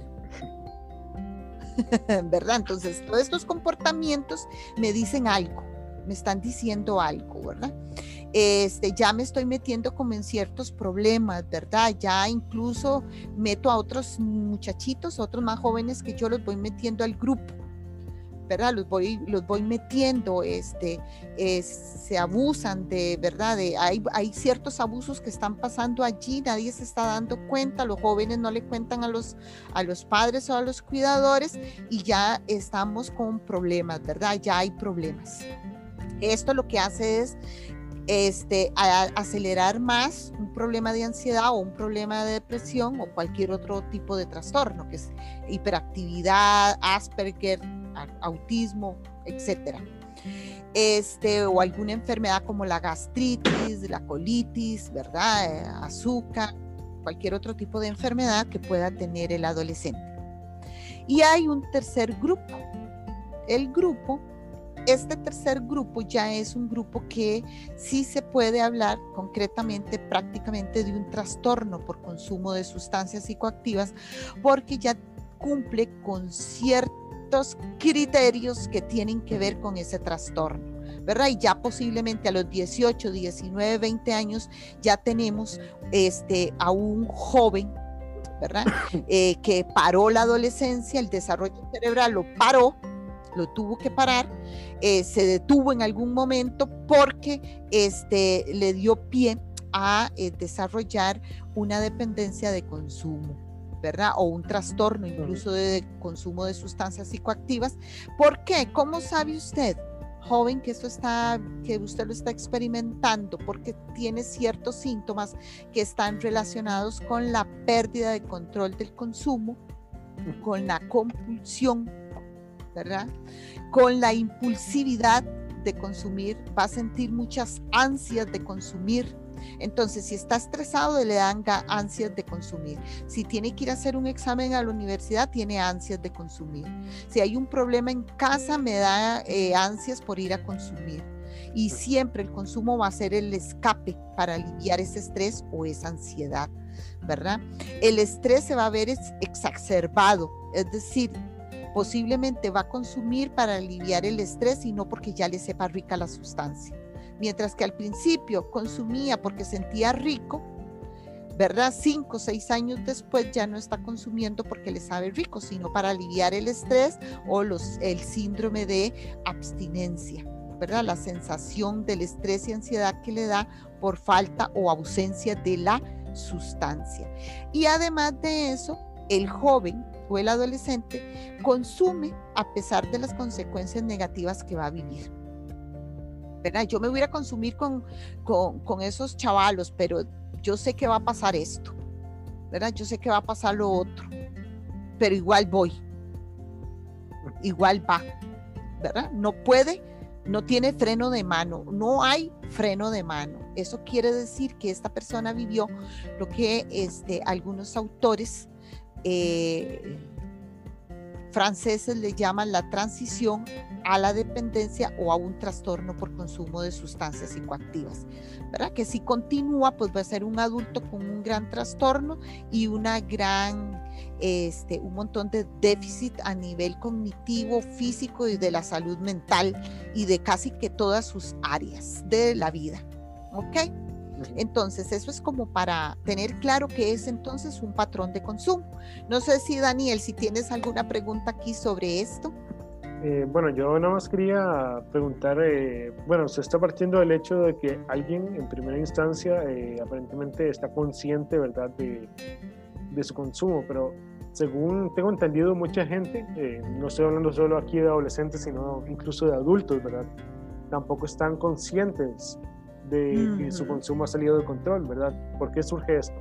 ¿Verdad? Entonces, todos estos comportamientos me dicen algo, me están diciendo algo, ¿verdad? Este, ya me estoy metiendo como en ciertos problemas, ¿verdad? Ya incluso meto a otros muchachitos, otros más jóvenes que yo los voy metiendo al grupo, ¿verdad? Los voy, los voy metiendo, este, eh, se abusan de, ¿verdad? De, hay, hay ciertos abusos que están pasando allí, nadie se está dando cuenta, los jóvenes no le cuentan a los, a los padres o a los cuidadores y ya estamos con problemas, ¿verdad? Ya hay problemas. Esto lo que hace es este, a, acelerar más un problema de ansiedad o un problema de depresión o cualquier otro tipo de trastorno, que es hiperactividad, Asperger, autismo, etcétera. Este, o alguna enfermedad como la gastritis, la colitis, ¿verdad? Azúcar, cualquier otro tipo de enfermedad que pueda tener el adolescente. Y hay un tercer grupo. El grupo, este tercer grupo ya es un grupo que sí se puede hablar concretamente, prácticamente de un trastorno por consumo de sustancias psicoactivas, porque ya cumple con cierto criterios que tienen que ver con ese trastorno, ¿verdad? Y ya posiblemente a los dieciocho, diecinueve, veinte años ya tenemos este, a un joven, ¿verdad? Eh, que paró la adolescencia, el desarrollo cerebral lo paró, lo tuvo que parar, eh, se detuvo en algún momento porque este, le dio pie a eh, desarrollar una dependencia de consumo, ¿verdad? O un trastorno incluso de consumo de sustancias psicoactivas. ¿Por qué? ¿Cómo sabe usted, joven, que esto está, que usted lo está experimentando? Porque tiene ciertos síntomas que están relacionados con la pérdida de control del consumo, con la compulsión, ¿verdad? Con la impulsividad de consumir, va a sentir muchas ansias de consumir. Entonces, si está estresado, le dan ansias de consumir. Si tiene que ir a hacer un examen a la universidad, tiene ansias de consumir. Si hay un problema en casa, me da eh, ansias por ir a consumir. Y siempre el consumo va a ser el escape para aliviar ese estrés o esa ansiedad, ¿verdad? El estrés se va a ver exacerbado, es decir, posiblemente va a consumir para aliviar el estrés y no porque ya le sepa rica la sustancia. Mientras que al principio consumía porque sentía rico, ¿verdad? Cinco o seis años después ya no está consumiendo porque le sabe rico, sino para aliviar el estrés o los, el síndrome de abstinencia, ¿verdad? La sensación del estrés y ansiedad que le da por falta o ausencia de la sustancia. Y además de eso, el joven o el adolescente consume a pesar de las consecuencias negativas que va a vivir. ¿Verdad? Yo me voy a ir a consumir con, con, con esos chavalos, pero yo sé que va a pasar esto, ¿verdad? Yo sé que va a pasar lo otro, pero igual voy, igual va, ¿verdad? No puede, no tiene freno de mano, no hay freno de mano. Eso quiere decir que esta persona vivió lo que este, algunos autores eh, franceses le llaman la transición a la dependencia o a un trastorno por consumo de sustancias psicoactivas, ¿verdad? Que si continúa, pues va a ser un adulto con un gran trastorno y una gran, este, un montón de déficit a nivel cognitivo, físico y de la salud mental y de casi que todas sus áreas de la vida, ¿ok? Entonces, eso es como para tener claro que es entonces un patrón de consumo. No sé si, Daniel, si tienes alguna pregunta aquí sobre esto. Eh, bueno, yo nada más quería preguntar, eh, bueno, se está partiendo del hecho de que alguien en primera instancia eh, aparentemente está consciente, ¿verdad?, de, de su consumo, pero según tengo entendido, mucha gente, eh, no estoy hablando solo aquí de adolescentes, sino incluso de adultos, ¿verdad?, tampoco están conscientes de que su consumo ha salido de control, ¿verdad? ¿Por qué surge esto?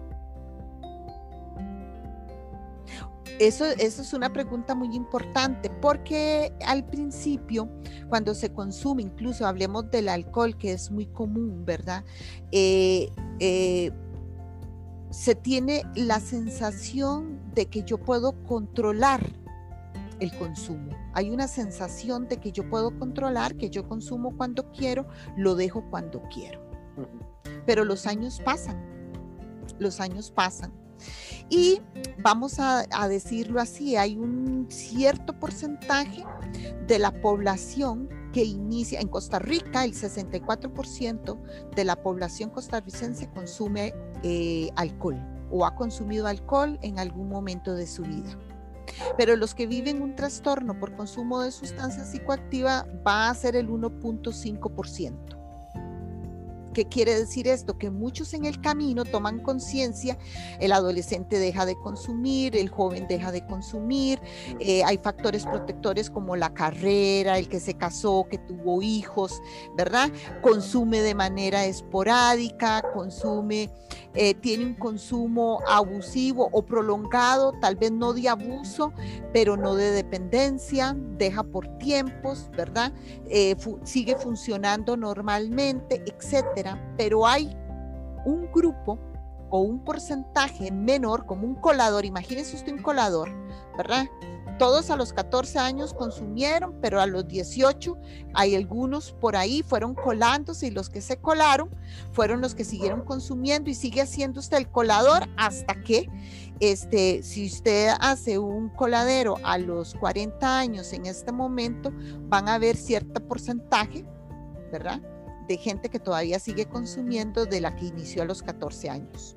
Eso, eso es una pregunta muy importante, porque al principio, cuando se consume, incluso hablemos del alcohol, que es muy común, ¿verdad? Eh, eh, se tiene la sensación de que yo puedo controlar el consumo. Hay una sensación de que yo puedo controlar, que yo consumo cuando quiero, lo dejo cuando quiero. Pero los años pasan, los años pasan. Y vamos a, a decirlo así, hay un cierto porcentaje de la población que inicia, en Costa Rica el sesenta y cuatro por ciento de la población costarricense consume eh, alcohol o ha consumido alcohol en algún momento de su vida. Pero los que viven un trastorno por consumo de sustancias psicoactivas va a ser el uno punto cinco por ciento. ¿Qué quiere decir esto? Que muchos en el camino toman conciencia, el adolescente deja de consumir, el joven deja de consumir, eh, hay factores protectores como la carrera, el que se casó, que tuvo hijos, ¿verdad? Consume de manera esporádica, consume, eh, tiene un consumo abusivo o prolongado, tal vez no de abuso, pero no de dependencia, deja por tiempos, ¿verdad? Eh, fu- sigue funcionando normalmente, etcétera. Pero hay un grupo o un porcentaje menor, como un colador, imagínense usted un colador, ¿verdad? Todos a los catorce años consumieron, pero a los dieciocho hay algunos por ahí fueron colándose y los que se colaron fueron los que siguieron consumiendo y sigue haciendo usted el colador hasta que, este, si usted hace un coladero a los cuarenta años en este momento, van a ver cierto porcentaje, ¿verdad?, de gente que todavía sigue consumiendo de la que inició a los catorce años.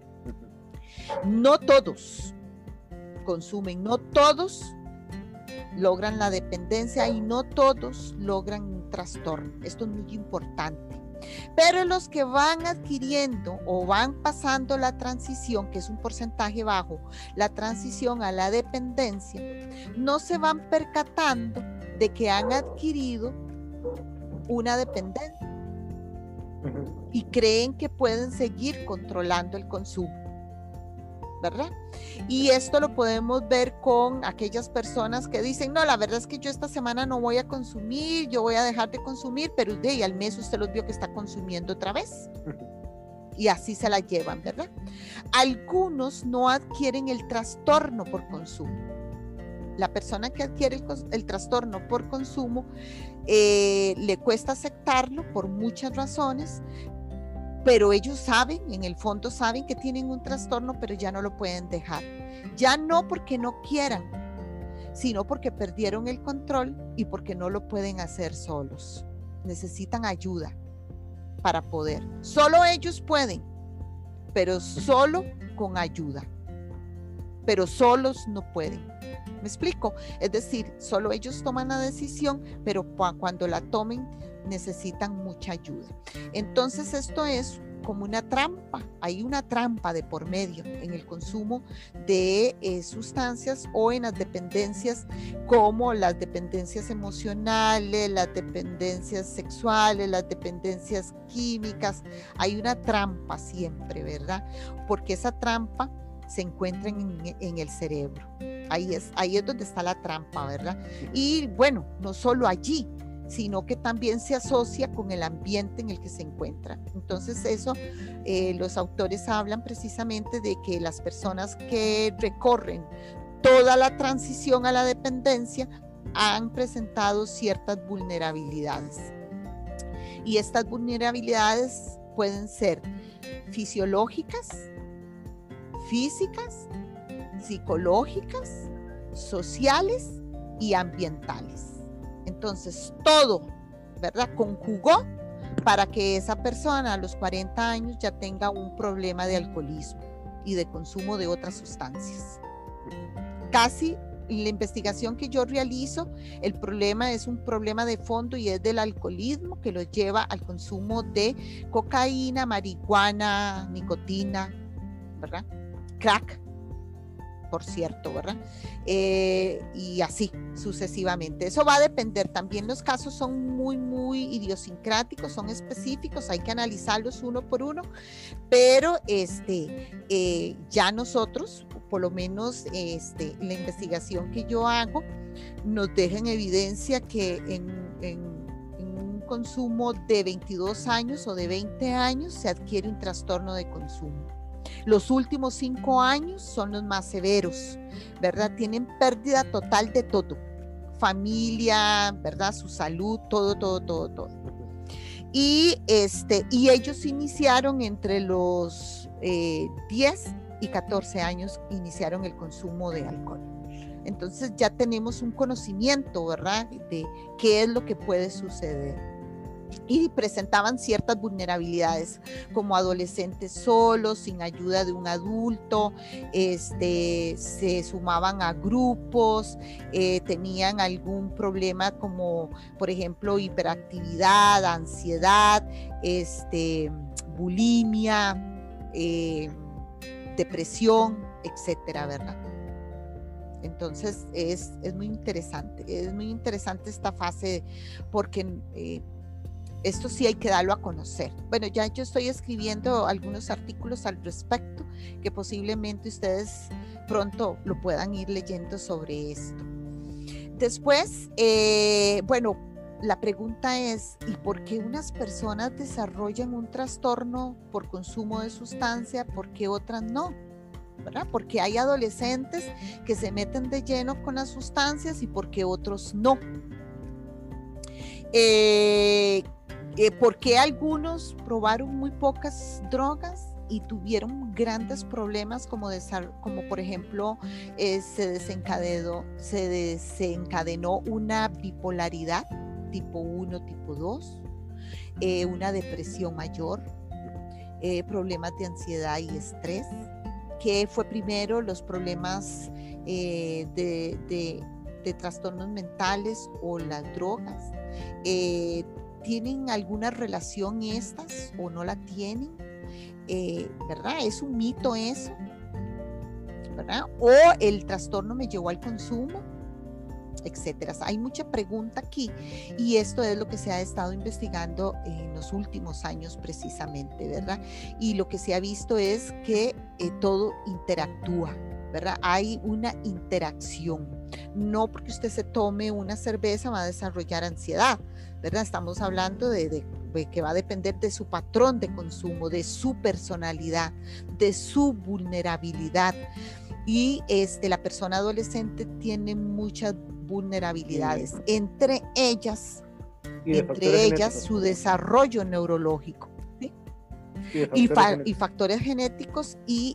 No todos consumen, no todos logran la dependencia y no todos logran un trastorno. Esto es muy importante. Pero los que van adquiriendo o van pasando la transición, que es un porcentaje bajo, la transición a la dependencia, no se van percatando de que han adquirido una dependencia y creen que pueden seguir controlando el consumo, ¿verdad? Y esto lo podemos ver con aquellas personas que dicen, no, la verdad es que yo esta semana no voy a consumir, yo voy a dejar de consumir, pero de ahí al mes usted los vio que está consumiendo otra vez. Y así se la llevan, ¿verdad? Algunos no adquieren el trastorno por consumo. La persona que adquiere el, el trastorno por consumo eh, le cuesta aceptarlo por muchas razones, pero ellos saben, en el fondo saben que tienen un trastorno, pero ya no lo pueden dejar. Ya no porque no quieran, sino porque perdieron el control y porque no lo pueden hacer solos. Necesitan ayuda para poder. Solo ellos pueden, pero solo con ayuda. Pero solos no pueden. ¿Me explico? Es decir, solo ellos toman la decisión, pero cuando la tomen necesitan mucha ayuda. Entonces esto es como una trampa, hay una trampa de por medio en el consumo de eh, sustancias o en las dependencias como las dependencias emocionales, las dependencias sexuales, las dependencias químicas. Hay una trampa siempre, ¿verdad? Porque esa trampa se encuentra en, en el cerebro. Ahí es, ahí es donde está la trampa, ¿verdad? Y bueno, no solo allí, sino que también se asocia con el ambiente en el que se encuentra. Entonces eso, eh, los autores hablan precisamente de que las personas que recorren toda la transición a la dependencia han presentado ciertas vulnerabilidades. Y estas vulnerabilidades pueden ser fisiológicas, físicas, psicológicas, sociales y ambientales. Entonces, todo, ¿verdad?, conjugó para que esa persona a los cuarenta años ya tenga un problema de alcoholismo y de consumo de otras sustancias. Casi la investigación que yo realizo, el problema es un problema de fondo y es del alcoholismo que los lleva al consumo de cocaína, marihuana, nicotina, ¿verdad? Crack, por cierto, ¿verdad? Eh, y así sucesivamente. Eso va a depender. También los casos son muy, muy idiosincráticos, son específicos, hay que analizarlos uno por uno, pero este, eh, ya nosotros, por lo menos este, la investigación que yo hago, nos deja en evidencia que en, en, en un consumo de veintidós años o de veinte años se adquiere un trastorno de consumo. Los últimos cinco años son los más severos, ¿verdad? Tienen pérdida total de todo, familia, ¿verdad? Su salud, todo, todo, todo, todo. Y, este, y ellos iniciaron entre los eh, diez y catorce años, iniciaron el consumo de alcohol. Entonces ya tenemos un conocimiento, ¿verdad? De qué es lo que puede suceder. Y presentaban ciertas vulnerabilidades como adolescentes solos, sin ayuda de un adulto, este, se sumaban a grupos, eh, tenían algún problema como por ejemplo hiperactividad, ansiedad, este, bulimia, eh, depresión, etcétera, ¿verdad? Entonces es, es muy interesante, es muy interesante esta fase porque eh, esto sí hay que darlo a conocer. Bueno, ya yo estoy escribiendo algunos artículos al respecto que posiblemente ustedes pronto lo puedan ir leyendo sobre esto. Después, eh, bueno, la pregunta es, ¿y por qué unas personas desarrollan un trastorno por consumo de sustancia, por qué otras no? ¿Verdad? Porque hay adolescentes que se meten de lleno con las sustancias y por qué otros no. Eh, Eh, ¿Por qué algunos probaron muy pocas drogas y tuvieron grandes problemas como, como por ejemplo eh, se, desencadenó, se desencadenó una bipolaridad tipo uno, tipo dos, eh, una depresión mayor, eh, problemas de ansiedad y estrés? ¿Qué fue primero, los problemas eh, de, de, de trastornos mentales o las drogas? Eh, ¿Tienen alguna relación estas o no la tienen? Eh, ¿Verdad? ¿Es un mito eso? ¿Verdad? ¿O el trastorno me llevó al consumo? Etcétera. Hay mucha pregunta aquí y esto es lo que se ha estado investigando en los últimos años precisamente, ¿verdad? Y lo que se ha visto es que eh, todo interactúa, ¿verdad? Hay una interacción. No porque usted se tome una cerveza va a desarrollar ansiedad, ¿verdad? Estamos hablando de, de, de que va a depender de su patrón de consumo, de su personalidad, de su vulnerabilidad. Y este, la persona adolescente tiene muchas vulnerabilidades, sí. entre ellas, y entre ellas su desarrollo neurológico, ¿sí? Y, de y, fa y factores genéticos y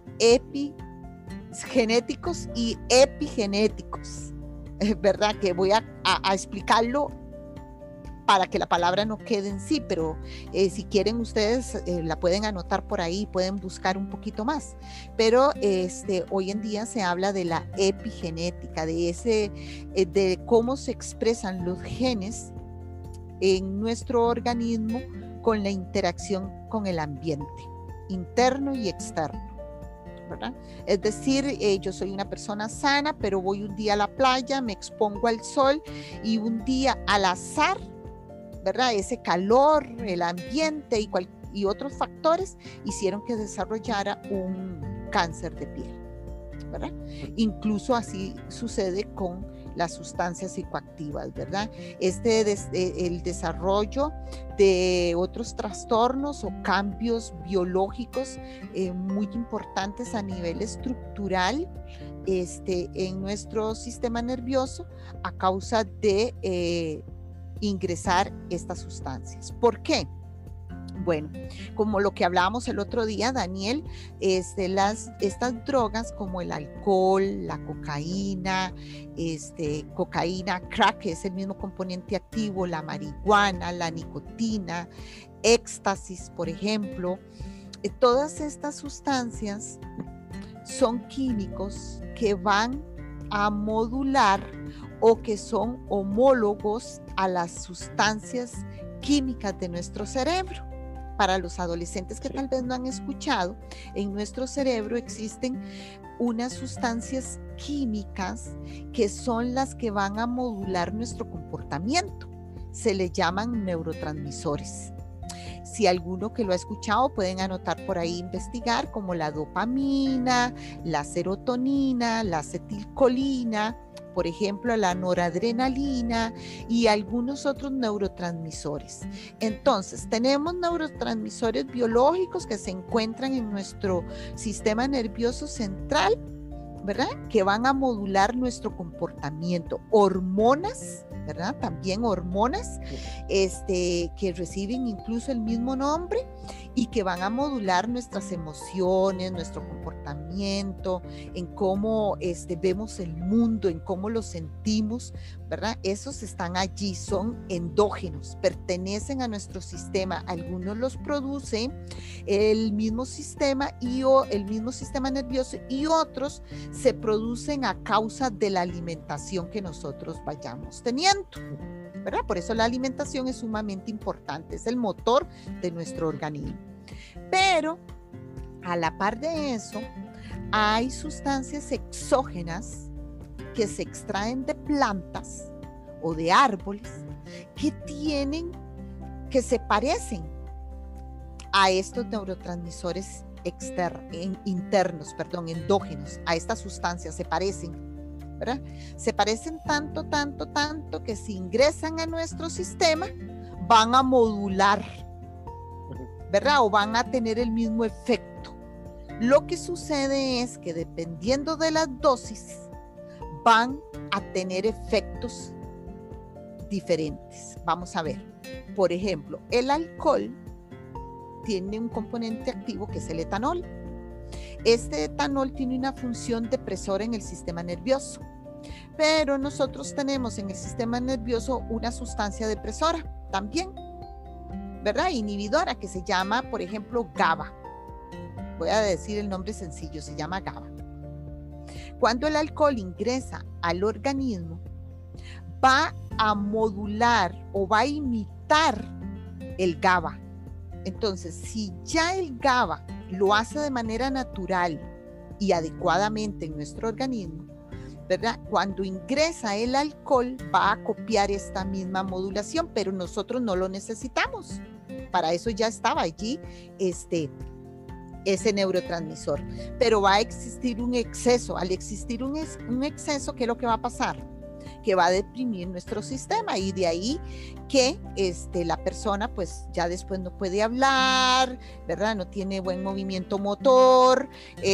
epigenéticos y epigenéticos, ¿verdad? Que voy a, a, a explicarlo para que la palabra no quede en sí, pero eh, si quieren ustedes eh, la pueden anotar por ahí, pueden buscar un poquito más. Pero este, hoy en día se habla de la epigenética, de, ese, eh, de cómo se expresan los genes en nuestro organismo con la interacción con el ambiente, interno y externo, ¿verdad? Es decir, eh, yo soy una persona sana, pero voy un día a la playa, me expongo al sol y un día al azar, ¿verdad? Ese calor, el ambiente y, cual, y otros factores hicieron que desarrollara un cáncer de piel, ¿verdad? Incluso así sucede con las sustancias psicoactivas, ¿verdad? Este des, el desarrollo de otros trastornos o cambios biológicos eh, muy importantes a nivel estructural este, en nuestro sistema nervioso a causa de eh, ingresar estas sustancias. ¿Por qué? Bueno, como lo que hablábamos el otro día, Daniel, este, las, estas drogas como el alcohol, la cocaína, este, cocaína, crack, que es el mismo componente activo, la marihuana, la nicotina, éxtasis, por ejemplo, eh, todas estas sustancias son químicos que van a modular o que son homólogos a las sustancias químicas de nuestro cerebro. Para los adolescentes que tal vez no han escuchado, en nuestro cerebro existen unas sustancias químicas que son las que van a modular nuestro comportamiento. Se le llaman neurotransmisores. Si alguno que lo ha escuchado pueden anotar por ahí, investigar, como la dopamina, la serotonina, la acetilcolina, por ejemplo, la noradrenalina y algunos otros neurotransmisores. Entonces, tenemos neurotransmisores biológicos que se encuentran en nuestro sistema nervioso central, ¿verdad? Que van a modular nuestro comportamiento. Hormonas, ¿verdad? También hormonas este, que reciben incluso el mismo nombre y que van a modular nuestras emociones, nuestro comportamiento, en cómo este, vemos el mundo, en cómo lo sentimos, ¿verdad? Esos están allí, son endógenos, pertenecen a nuestro sistema. Algunos los produce el mismo sistema y o el mismo sistema nervioso y otros se producen a causa de la alimentación que nosotros vayamos teniendo, ¿verdad? Por eso la alimentación es sumamente importante, es el motor de nuestro organismo. Pero a la par de eso, hay sustancias exógenas que se extraen de plantas o de árboles que tienen, que se parecen a estos neurotransmisores externos, internos, perdón, endógenos, a estas sustancias se parecen, ¿verdad? Se parecen tanto, tanto, tanto que si ingresan a nuestro sistema van a modular, ¿verdad? O van a tener el mismo efecto. Lo que sucede es que dependiendo de las dosis van a tener efectos diferentes. Vamos a ver. Por ejemplo, el alcohol tiene un componente activo que es el etanol. Este etanol tiene una función depresora en el sistema nervioso, pero nosotros tenemos en el sistema nervioso una sustancia depresora también, ¿verdad? Inhibidora, que se llama, por ejemplo, GABA. Voy a decir el nombre sencillo, se llama GABA. Cuando el alcohol ingresa al organismo, va a modular o va a imitar el GABA. Entonces, si ya el GABA lo hace de manera natural y adecuadamente en nuestro organismo, ¿verdad? Cuando ingresa el alcohol va a copiar esta misma modulación, pero nosotros no lo necesitamos. Para eso ya estaba allí este, ese neurotransmisor. Pero va a existir un exceso. Al existir un, ex, un exceso, ¿qué es lo que va a pasar? Que va a deprimir nuestro sistema y de ahí que este, la persona pues ya después no puede hablar, ¿verdad? No tiene buen movimiento motor,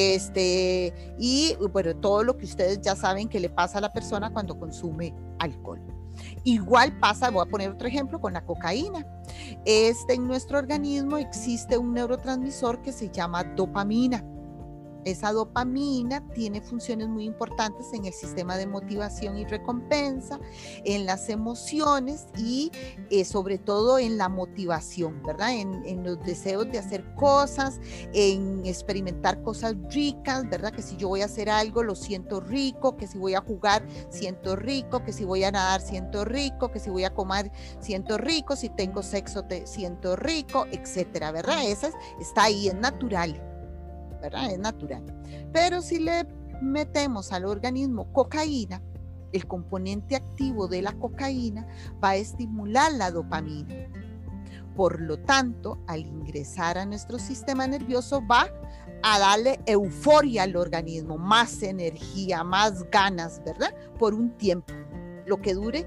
este, y bueno, todo lo que ustedes ya saben que le pasa a la persona cuando consume alcohol. Igual pasa, voy a poner otro ejemplo con la cocaína. Este, en nuestro organismo existe un neurotransmisor que se llama dopamina. Esa dopamina tiene funciones muy importantes en el sistema de motivación y recompensa, en las emociones y eh, sobre todo en la motivación, ¿verdad? En, en los deseos de hacer cosas, en experimentar cosas ricas, ¿verdad? Que si yo voy a hacer algo lo siento rico, que si voy a jugar siento rico, que si voy a nadar siento rico, que si voy a comer siento rico, si tengo sexo te siento rico, etcétera, ¿verdad? Esa es, está ahí, es natural. ¿Verdad? Es natural. Pero si le metemos al organismo cocaína, el componente activo de la cocaína va a estimular la dopamina. Por lo tanto, al ingresar a nuestro sistema nervioso va a darle euforia al organismo, más energía, más ganas, ¿verdad? Por un tiempo, lo que dure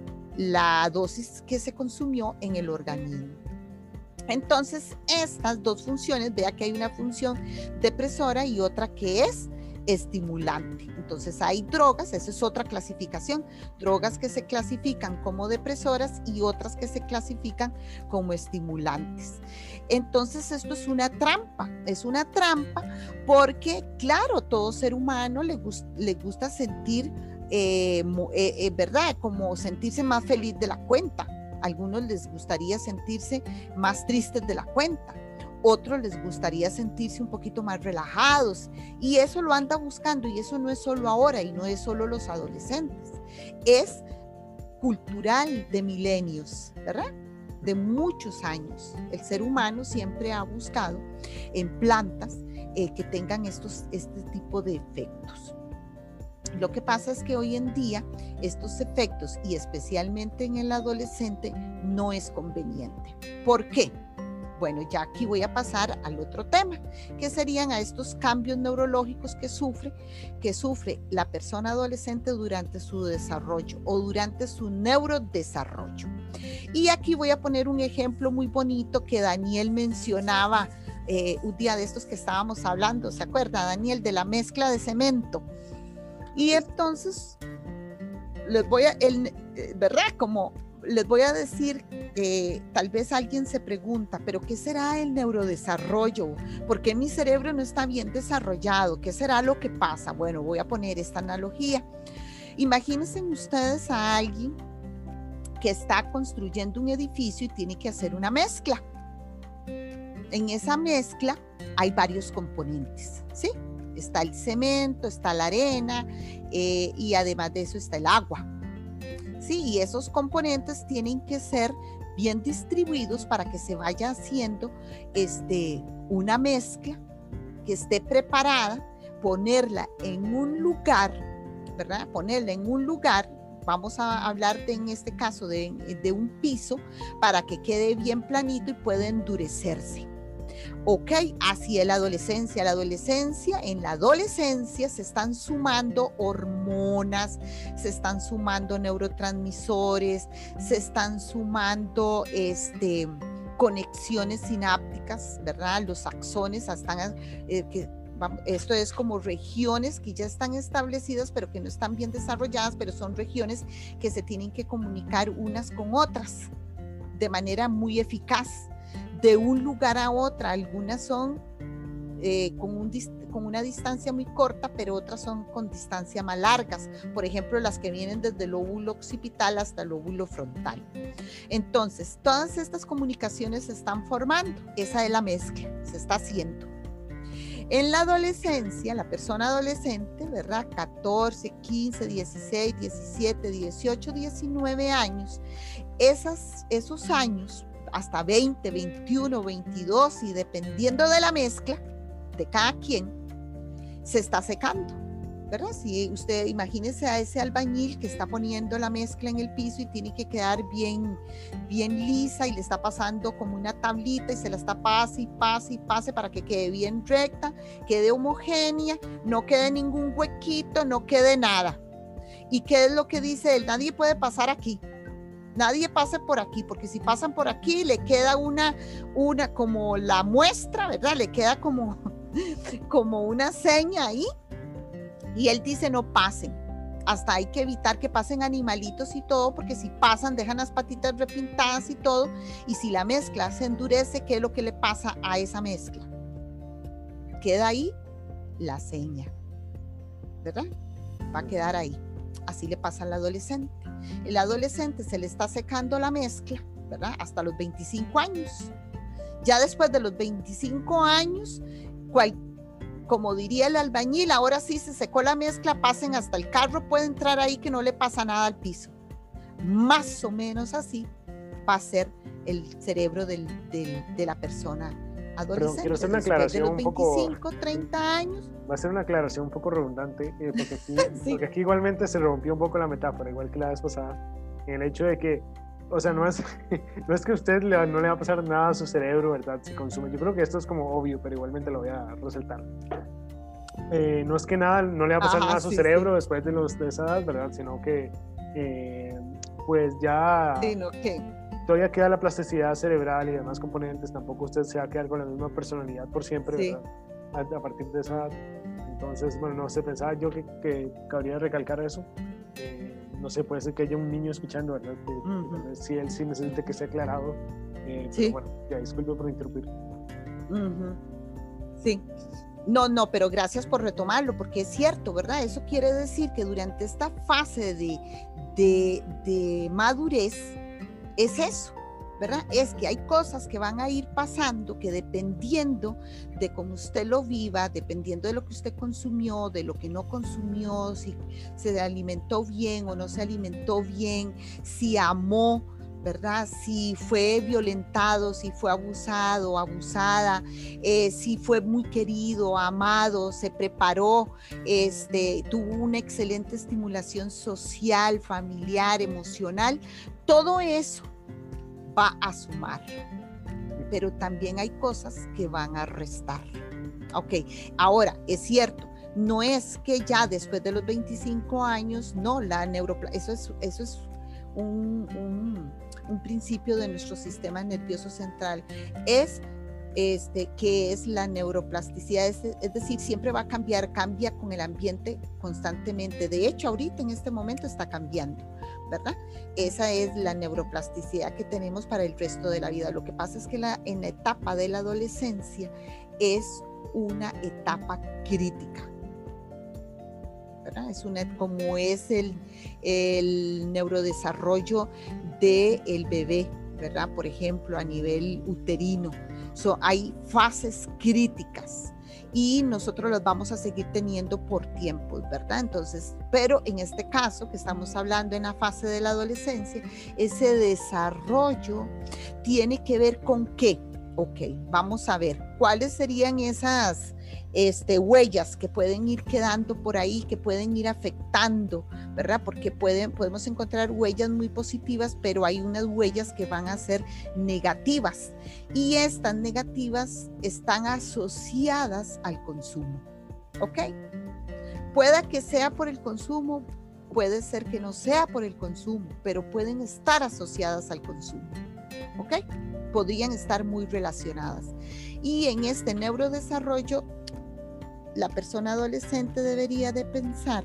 la dosis que se consumió en el organismo. Entonces, estas dos funciones, vea que hay una función depresora y otra que es estimulante. Entonces, hay drogas, esa es otra clasificación, drogas que se clasifican como depresoras y otras que se clasifican como estimulantes. Entonces, esto es una trampa, es una trampa porque, claro, todo ser humano le, gust le gusta sentir, eh, eh, eh, ¿verdad? Como sentirse más feliz de la cuenta. A algunos les gustaría sentirse más tristes de la cuenta. Otros les gustaría sentirse un poquito más relajados y eso lo anda buscando, y eso no es solo ahora y no es solo los adolescentes, es cultural de milenios, ¿verdad? De muchos años. El ser humano siempre ha buscado en plantas eh, que tengan estos, este tipo de efectos. Lo que pasa es que hoy en día estos efectos, y especialmente en el adolescente, no es conveniente. ¿Por qué? Bueno, ya aquí voy a pasar al otro tema, que serían a estos cambios neurológicos que sufre, que sufre la persona adolescente durante su desarrollo o durante su neurodesarrollo. Y aquí voy a poner un ejemplo muy bonito que Daniel mencionaba eh, un día de estos que estábamos hablando, ¿se acuerda, Daniel? De la mezcla de cemento. Y entonces, les voy a, el, ¿verdad? Como les voy a decir, eh, tal vez alguien se pregunta, ¿pero qué será el neurodesarrollo? ¿Por qué mi cerebro no está bien desarrollado? ¿Qué será lo que pasa? Bueno, voy a poner esta analogía. Imagínense ustedes a alguien que está construyendo un edificio y tiene que hacer una mezcla. En esa mezcla hay varios componentes, ¿sí? Está el cemento, está la arena eh, y además de eso está el agua. Sí, y esos componentes tienen que ser bien distribuidos para que se vaya haciendo este, una mezcla que esté preparada, ponerla en un lugar, ¿verdad? Ponerla en un lugar, vamos a hablar de, en este caso de, de un piso, para que quede bien planito y pueda endurecerse. Ok, hacia la adolescencia, la adolescencia, en la adolescencia se están sumando hormonas, se están sumando neurotransmisores, se están sumando este, conexiones sinápticas, ¿verdad? Los axones están, eh, que, esto es como regiones que ya están establecidas, pero que no están bien desarrolladas, pero son regiones que se tienen que comunicar unas con otras de manera muy eficaz. De un lugar a otra, algunas son eh, con, un, con una distancia muy corta, pero otras son con distancia más largas. Por ejemplo, las que vienen desde el lóbulo occipital hasta el lóbulo frontal. Entonces, todas estas comunicaciones se están formando. Esa es la mezcla, se está haciendo. En la adolescencia, la persona adolescente, ¿verdad? catorce, quince, dieciséis, diecisiete, dieciocho, diecinueve años, esas, esos años, hasta veinte, veintiuno, veintidós, y dependiendo de la mezcla de cada quien, se está secando, ¿verdad? Si usted imagínese a ese albañil que está poniendo la mezcla en el piso y tiene que quedar bien, bien lisa, y le está pasando como una tablita y se la está pase y pase y pase para que quede bien recta, quede homogénea, no quede ningún huequito, no quede nada. ¿Y qué es lo que dice él? Nadie puede pasar aquí. Nadie pase por aquí, porque si pasan por aquí le queda una, una como la muestra, ¿verdad? Le queda como, como una seña ahí. Y él dice no pasen. Hasta hay que evitar que pasen animalitos y todo, porque si pasan dejan las patitas repintadas y todo. Y si la mezcla se endurece, ¿qué es lo que le pasa a esa mezcla? Queda ahí la seña, ¿verdad? Va a quedar ahí. Así le pasa al adolescente. El adolescente se le está secando la mezcla, ¿verdad? Hasta los veinticinco años. Ya después de los veinticinco años, cual, como diría el albañil, ahora sí se secó la mezcla, pasen hasta el carro, puede entrar ahí que no le pasa nada al piso. Más o menos así va a ser el cerebro del, del, de la persona adolescente. Pero quiero hacer una aclaración un poco, veinticinco, treinta años. Va a ser una aclaración un poco redundante, eh, porque, aquí, Sí. porque aquí igualmente se rompió un poco la metáfora, igual que la vez pasada, en el hecho de que, o sea, no es, no es que a usted le, no le va a pasar nada a su cerebro, ¿verdad? Si consume. Yo creo que esto es como obvio, pero igualmente lo voy a resaltar. Eh, no es que nada, no le va a pasar Ajá, nada a su sí, cerebro sí. después de, los, de esa edad, ¿verdad? Sino que, eh, pues ya... Sí, no, ¿qué? Todavía queda la plasticidad cerebral y demás componentes, tampoco usted se va a quedar con la misma personalidad por siempre, sí. ¿verdad? A, a partir de esa edad. Entonces, bueno, no sé, pensaba yo que, que cabría recalcar eso. Eh, no sé, puede ser que haya un niño escuchando, ¿verdad? Que, uh-huh. que, si él sí necesita que sea aclarado. Eh, sí. Pero bueno, ya disculpe por interrumpir. Uh-huh. Sí. No, no, pero gracias por retomarlo, porque es cierto, ¿verdad? Eso quiere decir que durante esta fase de, de, de madurez, es eso, ¿verdad? Es que hay cosas que van a ir pasando que dependiendo de cómo usted lo viva, dependiendo de lo que usted consumió, de lo que no consumió, si se alimentó bien o no se alimentó bien, si amó, ¿verdad? Si fue violentado, si fue abusado, abusada, eh, si fue muy querido, amado, se preparó, este, tuvo una excelente estimulación social, familiar, emocional, todo eso va a sumar, pero también hay cosas que van a restar. Ok, ahora, es cierto, no es que ya después de los veinticinco años, no, la neuroplasticidad, eso es, eso es un, un, un principio de nuestro sistema nervioso central, es este, que es la neuroplasticidad, es, es decir, siempre va a cambiar, cambia con el ambiente constantemente. De hecho, ahorita en este momento está cambiando, ¿verdad? Esa es la neuroplasticidad que tenemos para el resto de la vida. Lo que pasa es que la, en la etapa de la adolescencia es una etapa crítica, ¿verdad? Es una, como es el, el neurodesarrollo del bebé, ¿verdad? Por ejemplo, a nivel uterino. So, hay fases críticas y nosotros las vamos a seguir teniendo por tiempos, ¿verdad? Entonces, pero en este caso que estamos hablando en la fase de la adolescencia, ese desarrollo tiene que ver con qué. Ok, vamos a ver cuáles serían esas este, huellas que pueden ir quedando por ahí, que pueden ir afectando, ¿verdad? Porque pueden, podemos encontrar huellas muy positivas, pero hay unas huellas que van a ser negativas y estas negativas están asociadas al consumo, ¿ok? Pueda que sea por el consumo, puede ser que no sea por el consumo, pero pueden estar asociadas al consumo, ¿ok? Podrían estar muy relacionadas. Y en este neurodesarrollo, la persona adolescente debería de pensar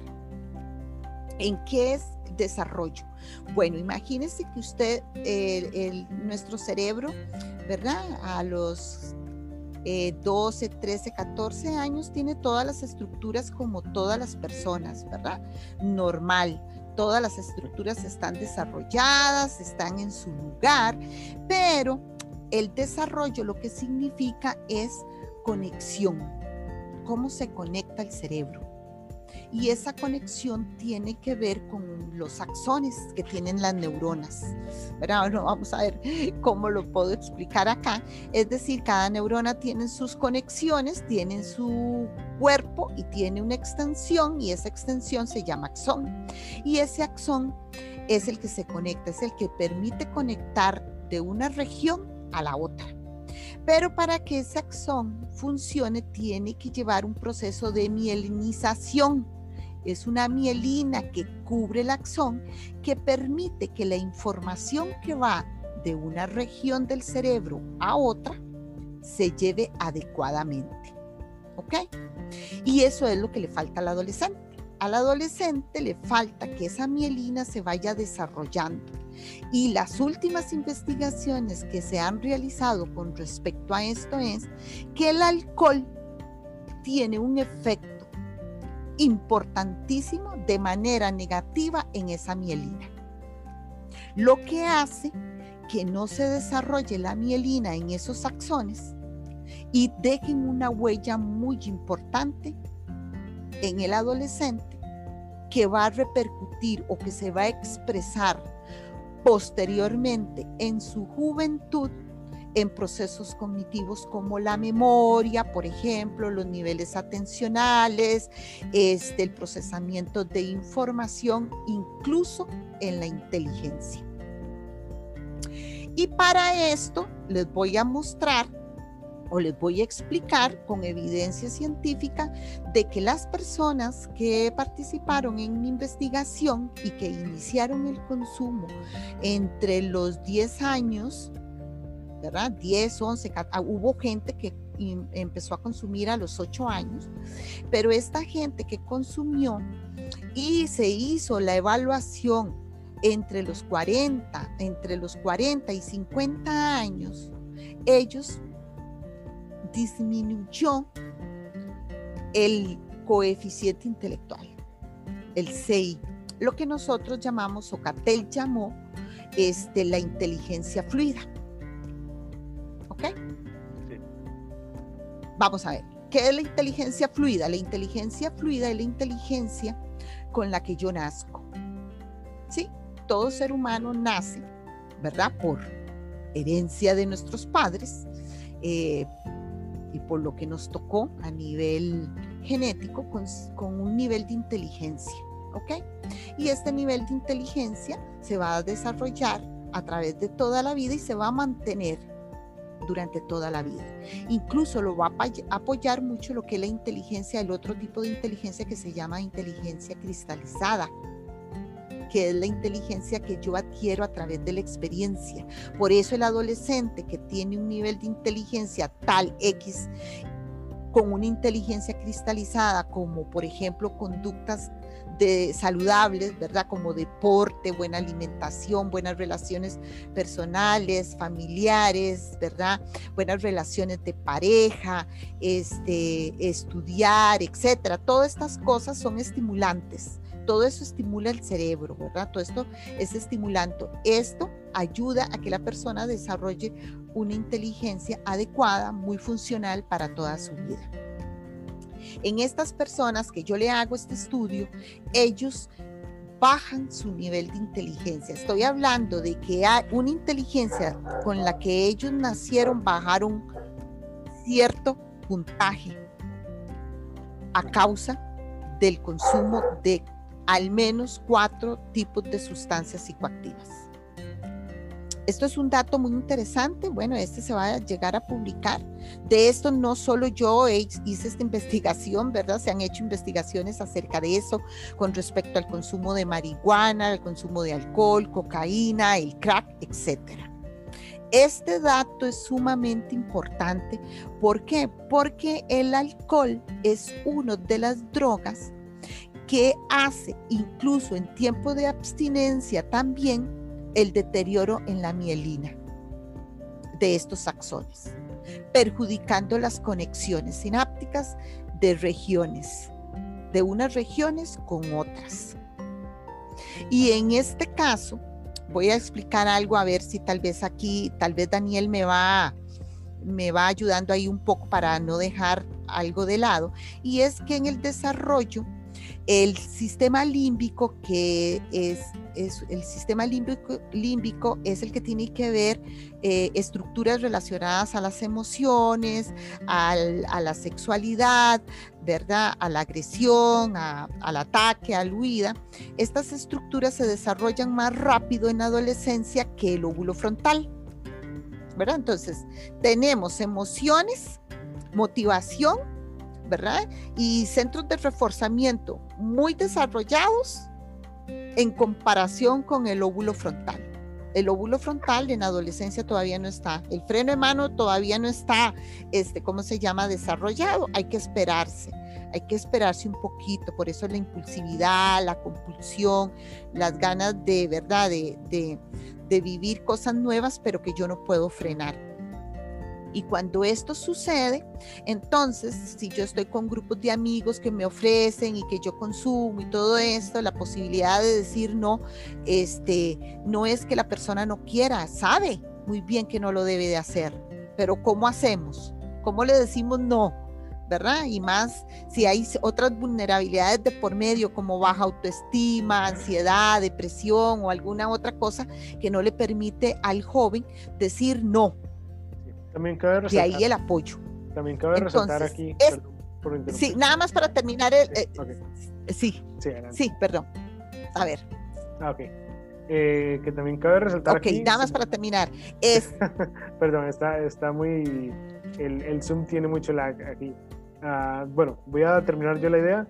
en qué es desarrollo. Bueno, imagínese que usted, el, el, nuestro cerebro, ¿verdad? A los eh, doce, trece, catorce años tiene todas las estructuras como todas las personas, ¿verdad? Normal. Todas las estructuras están desarrolladas, están en su lugar, pero el desarrollo lo que significa es conexión, cómo se conecta el cerebro. Y esa conexión tiene que ver con los axones que tienen las neuronas. Pero bueno, vamos a ver cómo lo puedo explicar acá. Es decir, cada neurona tiene sus conexiones, tiene su cuerpo y tiene una extensión y esa extensión se llama axón. Y ese axón es el que se conecta, es el que permite conectar de una región a la otra. Pero para que ese axón funcione tiene que llevar un proceso de mielinización. Es una mielina que cubre el axón que permite que la información que va de una región del cerebro a otra se lleve adecuadamente. ¿Ok? Y eso es lo que le falta al adolescente. Al adolescente le falta que esa mielina se vaya desarrollando. Y las últimas investigaciones que se han realizado con respecto a esto es que el alcohol tiene un efecto importantísimo de manera negativa en esa mielina. Lo que hace que no se desarrolle la mielina en esos axones y dejen una huella muy importante en el adolescente que va a repercutir o que se va a expresar posteriormente en su juventud en procesos cognitivos como la memoria, por ejemplo, los niveles atencionales, este, el procesamiento de información, incluso en la inteligencia. Y para esto les voy a mostrar o les voy a explicar con evidencia científica de que las personas que participaron en mi investigación y que iniciaron el consumo entre los diez años, ¿verdad? diez, once, hubo gente que empezó a consumir a los ocho años, pero esta gente que consumió y se hizo la evaluación entre los cuarenta, entre los cuarenta y cincuenta años, ellos disminuyó el coeficiente intelectual, el C I, lo que nosotros llamamos, o Cattell llamó, este, la inteligencia fluida. vamos a ver, ¿qué es la inteligencia fluida? La inteligencia fluida es la inteligencia con la que yo nazco. Sí, todo ser humano nace, ¿verdad? Por herencia de nuestros padres eh, y por lo que nos tocó a nivel genético con, con un nivel de inteligencia, ¿ok? Y este nivel de inteligencia se va a desarrollar a través de toda la vida y se va a mantener durante toda la vida. Incluso lo va a apoyar mucho lo que es la inteligencia, el otro tipo de inteligencia que se llama inteligencia cristalizada, que es la inteligencia que yo adquiero a través de la experiencia. Por eso el adolescente que tiene un nivel de inteligencia tal X, con una inteligencia cristalizada, como por ejemplo conductas de saludables, ¿verdad? Como deporte, buena alimentación, buenas relaciones personales, familiares, ¿verdad? Buenas relaciones de pareja, este, estudiar, etcétera. Todas estas cosas son estimulantes. Todo eso estimula el cerebro, ¿verdad? Todo esto es estimulante. Esto ayuda a que la persona desarrolle una inteligencia adecuada, muy funcional para toda su vida. En estas personas que yo le hago este estudio, ellos bajan su nivel de inteligencia. Estoy hablando de que hay una inteligencia con la que ellos nacieron, bajaron cierto puntaje a causa del consumo de al menos cuatro tipos de sustancias psicoactivas. Esto es un dato muy interesante. Bueno, este se va a llegar a publicar. De esto no solo yo hice esta investigación, ¿verdad? Se han hecho investigaciones acerca de eso con respecto al consumo de marihuana, al consumo de alcohol, cocaína, el crack, etcétera. Este dato es sumamente importante. ¿Por qué? Porque el alcohol es una de las drogas que hace, incluso en tiempo de abstinencia también, el deterioro en la mielina de estos axones, perjudicando las conexiones sinápticas de regiones, de unas regiones con otras. Y en este caso, voy a explicar algo, a ver si tal vez aquí, tal vez Daniel me va, me va ayudando ahí un poco para no dejar algo de lado, y es que en el desarrollo, el sistema límbico, que es, es el sistema límbico, límbico es el que tiene que ver eh, estructuras relacionadas a las emociones, al, a la sexualidad, ¿verdad? A la agresión, a, al ataque, a la huida. Estas estructuras se desarrollan más rápido en la adolescencia que el lóbulo frontal, ¿verdad? Entonces, tenemos emociones, motivación, ¿verdad? Y centros de reforzamiento muy desarrollados en comparación con el lóbulo frontal. El lóbulo frontal en adolescencia todavía no está, el freno de mano todavía no está, este, ¿cómo se llama? Desarrollado. Hay que esperarse, hay que esperarse un poquito. Por eso la impulsividad, la compulsión, las ganas de, ¿verdad? De, de, de vivir cosas nuevas, pero que yo no puedo frenar. Y cuando esto sucede, entonces, si yo estoy con grupos de amigos que me ofrecen y que yo consumo y todo esto, la posibilidad de decir no, este, no es que la persona no quiera, sabe muy bien que no lo debe de hacer, pero ¿cómo hacemos? ¿Cómo le decimos no? ¿Verdad? Y más si hay otras vulnerabilidades de por medio, como baja autoestima, ansiedad, depresión o alguna otra cosa que no le permite al joven decir no. También cabe resaltar, de ahí el apoyo. También cabe Entonces, resaltar aquí. Es, perdón, por sí, nada más para terminar. El, eh, okay. Sí, sí, sí, perdón. A ver. Ah, ok. Eh, que también cabe resaltar okay, aquí. Ok, nada más para terminar. Es... perdón, está, está muy. El, el Zoom tiene mucho lag aquí. Uh, bueno, voy a terminar yo la idea.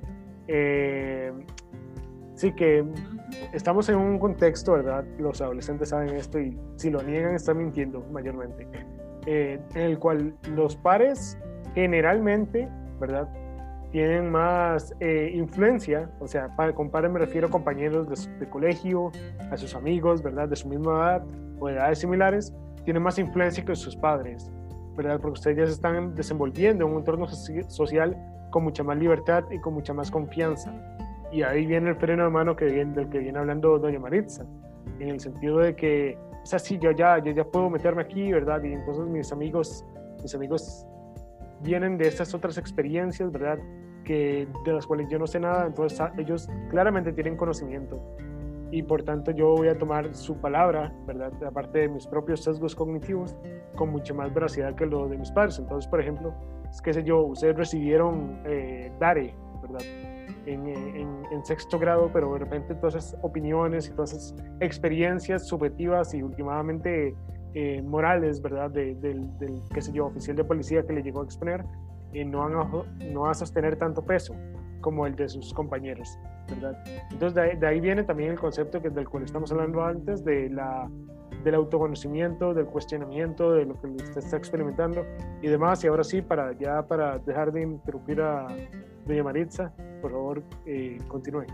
Eh, sí, que estamos en un contexto, ¿verdad? Los adolescentes saben esto y si lo niegan, están mintiendo mayormente. Eh, en el cual los pares generalmente, ¿verdad? Tienen más eh, influencia, o sea, para, con pares me refiero a compañeros de, de colegio, a sus amigos, ¿verdad? De su misma edad o de edades similares, tienen más influencia que sus padres, ¿verdad? Porque ustedes ya se están desenvolviendo en un entorno social con mucha más libertad y con mucha más confianza. Y ahí viene el freno de mano que viene, del que viene hablando doña Maritza, en el sentido de que es así, yo ya, yo ya puedo meterme aquí, ¿verdad? Y entonces mis amigos, mis amigos vienen de estas otras experiencias, ¿verdad? Que, de las cuales yo no sé nada, entonces ellos claramente tienen conocimiento y por tanto yo voy a tomar su palabra, ¿verdad? Aparte de mis propios sesgos cognitivos, con mucha más veracidad que lo de mis padres. Entonces, por ejemplo, es que sé yo, ustedes recibieron eh, DARE, ¿verdad? En, en, en sexto grado, pero de repente todas esas opiniones y todas esas experiencias subjetivas y últimamente eh, morales, ¿verdad? De, del, del, qué sé yo, oficial de policía que le llegó a exponer, eh, no, van a, no va a sostener tanto peso como el de sus compañeros, ¿verdad? Entonces de ahí, de ahí viene también el concepto que, del cual estamos hablando antes, de la, del autoconocimiento, del cuestionamiento, de lo que usted está experimentando y demás. Y ahora sí, para, ya para dejar de interrumpir a doña Maritza, por favor, eh, continúe.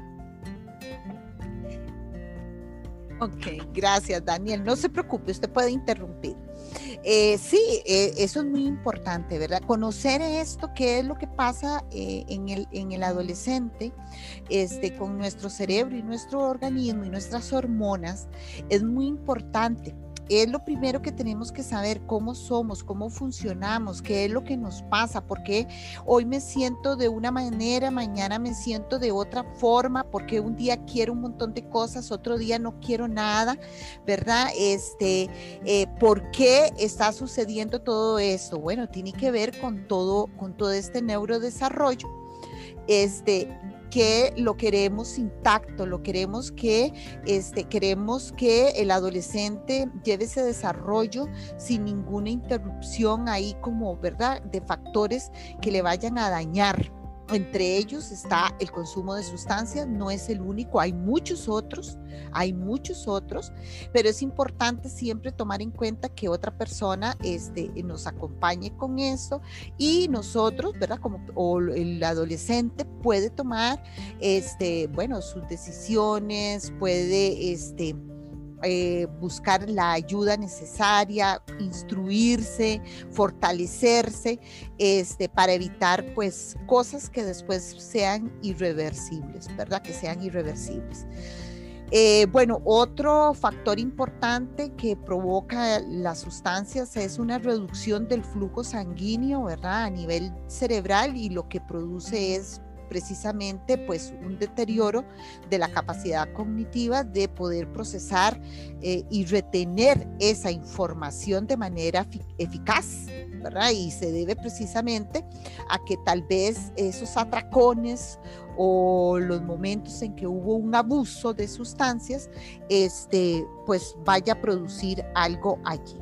Ok, gracias, Daniel. No se preocupe, usted puede interrumpir. Eh, sí, eh, eso es muy importante, ¿verdad? Conocer esto, qué es lo que pasa eh, en, el, en el adolescente este, con nuestro cerebro y nuestro organismo y nuestras hormonas, es muy importante. Es lo primero que tenemos que saber, cómo somos, cómo funcionamos, qué es lo que nos pasa, porque hoy me siento de una manera, mañana me siento de otra forma, porque un día quiero un montón de cosas, otro día no quiero nada, ¿verdad? Este, eh, ¿por qué está sucediendo todo esto? Bueno, tiene que ver con todo, con todo este neurodesarrollo, este, que lo queremos intacto, lo queremos que, este, queremos que el adolescente lleve ese desarrollo sin ninguna interrupción ahí como, ¿verdad?, de factores que le vayan a dañar. Entre ellos está el consumo de sustancias, no es el único, hay muchos otros, hay muchos otros, pero es importante siempre tomar en cuenta que otra persona este, nos acompañe con eso y nosotros, ¿verdad? Como, o el adolescente puede tomar, este, bueno, sus decisiones, puede, este, Eh, buscar la ayuda necesaria, instruirse, fortalecerse, este, para evitar pues cosas que después sean irreversibles, ¿verdad? Que sean irreversibles. Eh, bueno, otro factor importante que provoca las sustancias es una reducción del flujo sanguíneo, ¿verdad? A nivel cerebral, y lo que produce es precisamente pues un deterioro de la capacidad cognitiva de poder procesar eh, y retener esa información de manera eficaz, ¿verdad? Y se debe precisamente a que tal vez esos atracones o los momentos en que hubo un abuso de sustancias, este, pues vaya a producir algo allí.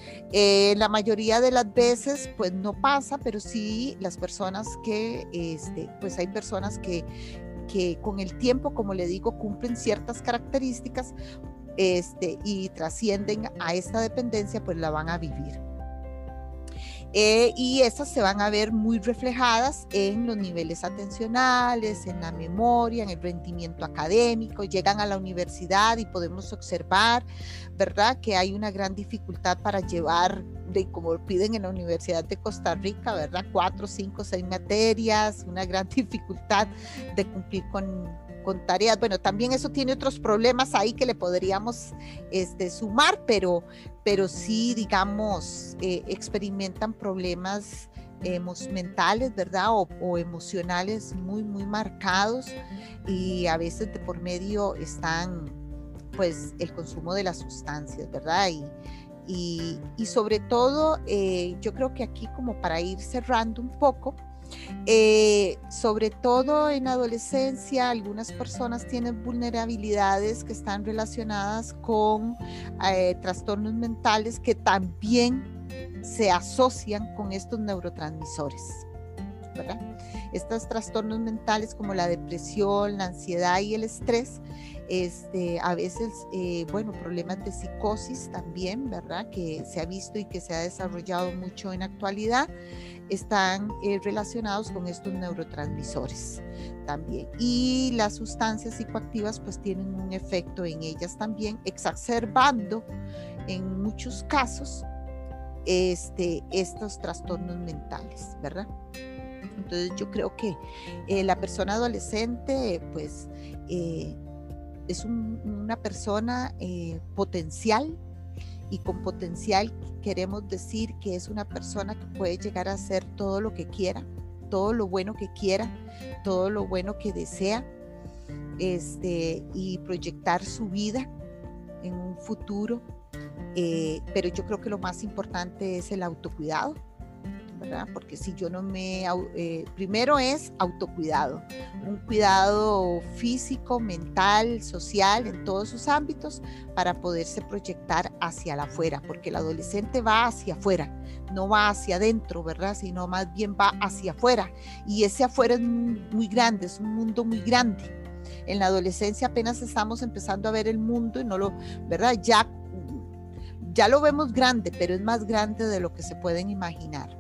Eh, la mayoría de las veces pues no pasa, pero sí las personas que, este, pues hay personas que, que con el tiempo, como le digo, cumplen ciertas características este, y trascienden a esta dependencia, pues la van a vivir. Eh, y esas se van a ver muy reflejadas en los niveles atencionales, en la memoria, en el rendimiento académico. Llegan a la universidad y podemos observar, ¿verdad?, que hay una gran dificultad para llevar, de, como piden en la Universidad de Costa Rica, ¿verdad?, cuatro, cinco, seis materias, una gran dificultad de cumplir con, con tareas. Bueno, también eso tiene otros problemas ahí que le podríamos este, sumar, pero, pero sí, digamos, eh, experimentan problemas eh, mentales, ¿verdad? O, o emocionales muy, muy marcados, y a veces de por medio están, pues, el consumo de las sustancias, ¿verdad? Y, y, y sobre todo, eh, yo creo que aquí, como para ir cerrando un poco, Eh, sobre todo en adolescencia, algunas personas tienen vulnerabilidades que están relacionadas con eh, trastornos mentales que también se asocian con estos neurotransmisores, ¿verdad? Estos trastornos mentales como la depresión, la ansiedad y el estrés, este, a veces, eh, bueno, problemas de psicosis también, ¿verdad?, que se ha visto y que se ha desarrollado mucho en la actualidad, están eh, relacionados con estos neurotransmisores también. Y las sustancias psicoactivas pues tienen un efecto en ellas también, exacerbando en muchos casos este, estos trastornos mentales, ¿verdad? Entonces yo creo que eh, la persona adolescente pues eh, es un, una persona eh, potencial y con potencial queremos decir que es una persona que puede llegar a hacer todo lo que quiera, todo lo bueno que quiera, todo lo bueno que desea, este, y proyectar su vida en un futuro, eh, pero yo creo que lo más importante es el autocuidado, ¿verdad? Porque si yo no me, eh, primero es autocuidado, un cuidado físico, mental, social, en todos sus ámbitos, para poderse proyectar hacia la afuera, porque el adolescente va hacia afuera, no va hacia adentro, ¿verdad? Sino más bien va hacia afuera, y ese afuera es muy grande, es un mundo muy grande. En la adolescencia apenas estamos empezando a ver el mundo y no lo, ¿verdad? Ya, ya lo vemos grande, pero es más grande de lo que se pueden imaginar,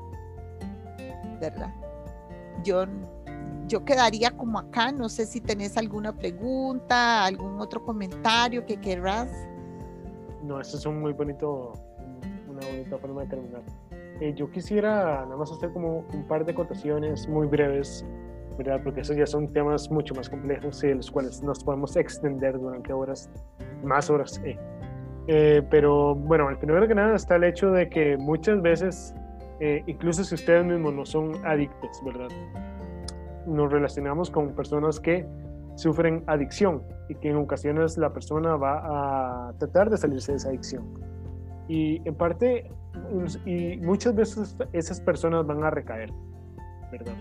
¿verdad? Yo, yo quedaría como acá, no sé si tenés alguna pregunta, algún otro comentario que querrás. No, eso es un muy bonito, una bonita forma de terminar. Eh, yo quisiera nada más hacer como un par de acotaciones muy breves, ¿verdad? Porque esos ya son temas mucho más complejos y de los cuales nos podemos extender durante horas, más horas. Eh. Eh, pero bueno, primero que nada está el hecho de que muchas veces, eh, incluso si ustedes mismos no son adictos, ¿verdad? Nos relacionamos con personas que sufren adicción y que en ocasiones la persona va a tratar de salirse de esa adicción. Y en parte, y muchas veces esas personas van a recaer, ¿verdad?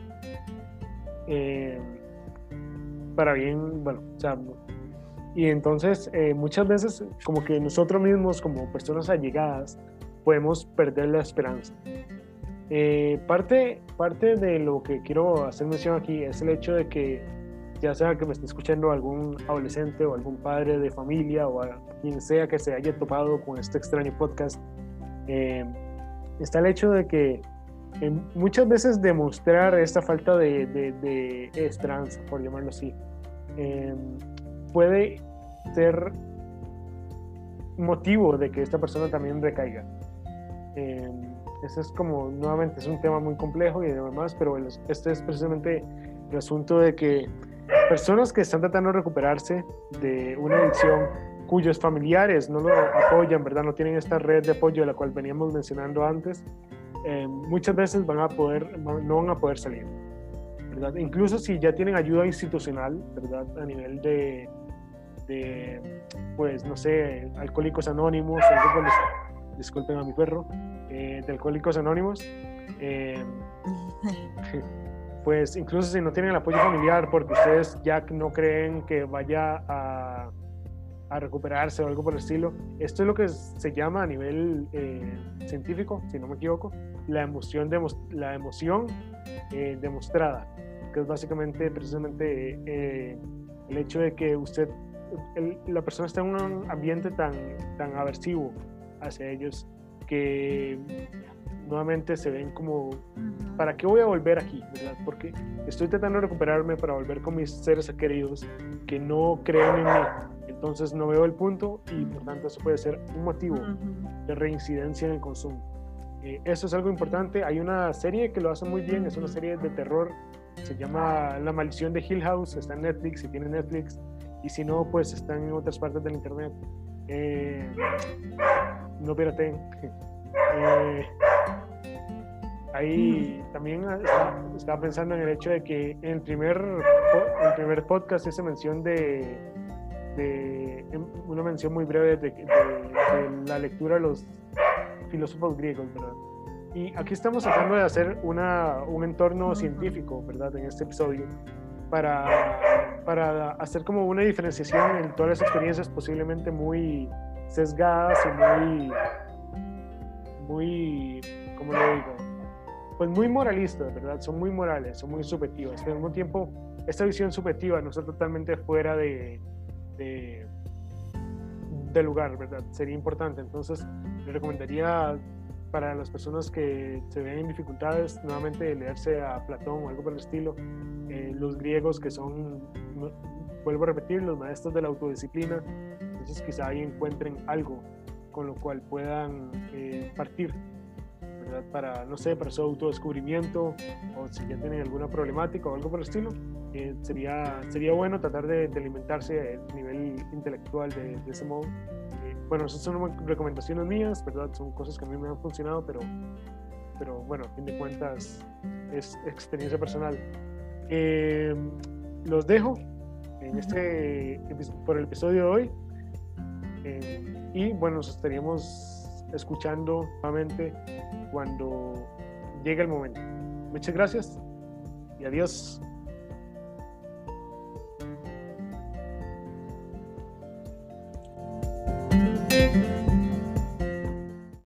Eh, para bien, bueno, o sea, y entonces eh, muchas veces como que nosotros mismos como personas allegadas podemos perder la esperanza. Eh, parte, parte de lo que quiero hacer mención aquí es el hecho de que ya sea que me esté escuchando algún adolescente o algún padre de familia o a quien sea que se haya topado con este extraño podcast, eh, está el hecho de que Eh, muchas veces demostrar esta falta de, de, de esperanza, por llamarlo así, eh, puede ser motivo de que esta persona también recaiga. Eh, ese es como, nuevamente, es un tema muy complejo y demás, pero el, este es precisamente el asunto de que personas que están tratando de recuperarse de una adicción cuyos familiares no lo apoyan, ¿verdad? No tienen esta red de apoyo de la cual veníamos mencionando antes, Eh, muchas veces van a poder, no van a poder salir, ¿verdad? Incluso si ya tienen ayuda institucional, ¿verdad? A nivel de, de pues, no sé, Alcohólicos Anónimos, disculpen a mi perro, eh, de Alcohólicos Anónimos, eh, pues incluso si no tienen el apoyo familiar porque ustedes ya no creen que vaya a a recuperarse o algo por el estilo. Esto es lo que se llama a nivel eh, científico, si no me equivoco, la emoción, demos, la emoción eh, demostrada, que es básicamente precisamente eh, el hecho de que usted, el, la persona está en un ambiente tan, tan aversivo hacia ellos que nuevamente se ven como, ¿para qué voy a volver aquí? ¿Verdad? Porque estoy tratando de recuperarme para volver con mis seres queridos que no creen en mí. Entonces no veo el punto y por tanto eso puede ser un motivo de reincidencia en el consumo. Eh, eso es algo importante. Hay una serie que lo hace muy bien, es una serie de terror, se llama La Maldición de Hill House, está en Netflix, si tiene Netflix, y si no, pues está en otras partes del internet. Eh, no pirateen. eh, ahí también estaba pensando en el hecho de que en el primer, en el primer podcast hice mención de de una mención muy breve de, de, de la lectura de los filósofos griegos, ¿verdad? Y aquí estamos tratando de hacer una, un entorno científico, ¿verdad? En este episodio, para, para hacer como una diferenciación en todas las experiencias posiblemente muy sesgadas y muy, muy, ¿cómo le digo? Pues muy moralistas, ¿verdad? Son muy morales, son muy subjetivas. Pero al mismo tiempo, esta visión subjetiva no está totalmente fuera de De, de lugar, ¿verdad? Sería importante. Entonces, le recomendaría para las personas que se ven en dificultades, nuevamente leerse a Platón o algo por el estilo, eh, los griegos que son, vuelvo a repetir, los maestros de la autodisciplina. Entonces, quizá ahí encuentren algo con lo cual puedan eh, partir, ¿verdad? Para, no sé, para su autodescubrimiento, o si ya tienen alguna problemática o algo por el estilo. Eh, sería, sería bueno tratar de, de alimentarse a nivel intelectual de, de ese modo. Eh, bueno, esas son recomendaciones mías, ¿verdad? Son cosas que a mí me han funcionado, pero, pero bueno, a fin de cuentas es experiencia personal. Eh, los dejo en este, por el episodio de hoy. Eh, y bueno, nos estaríamos escuchando nuevamente cuando llegue el momento. Muchas gracias y adiós.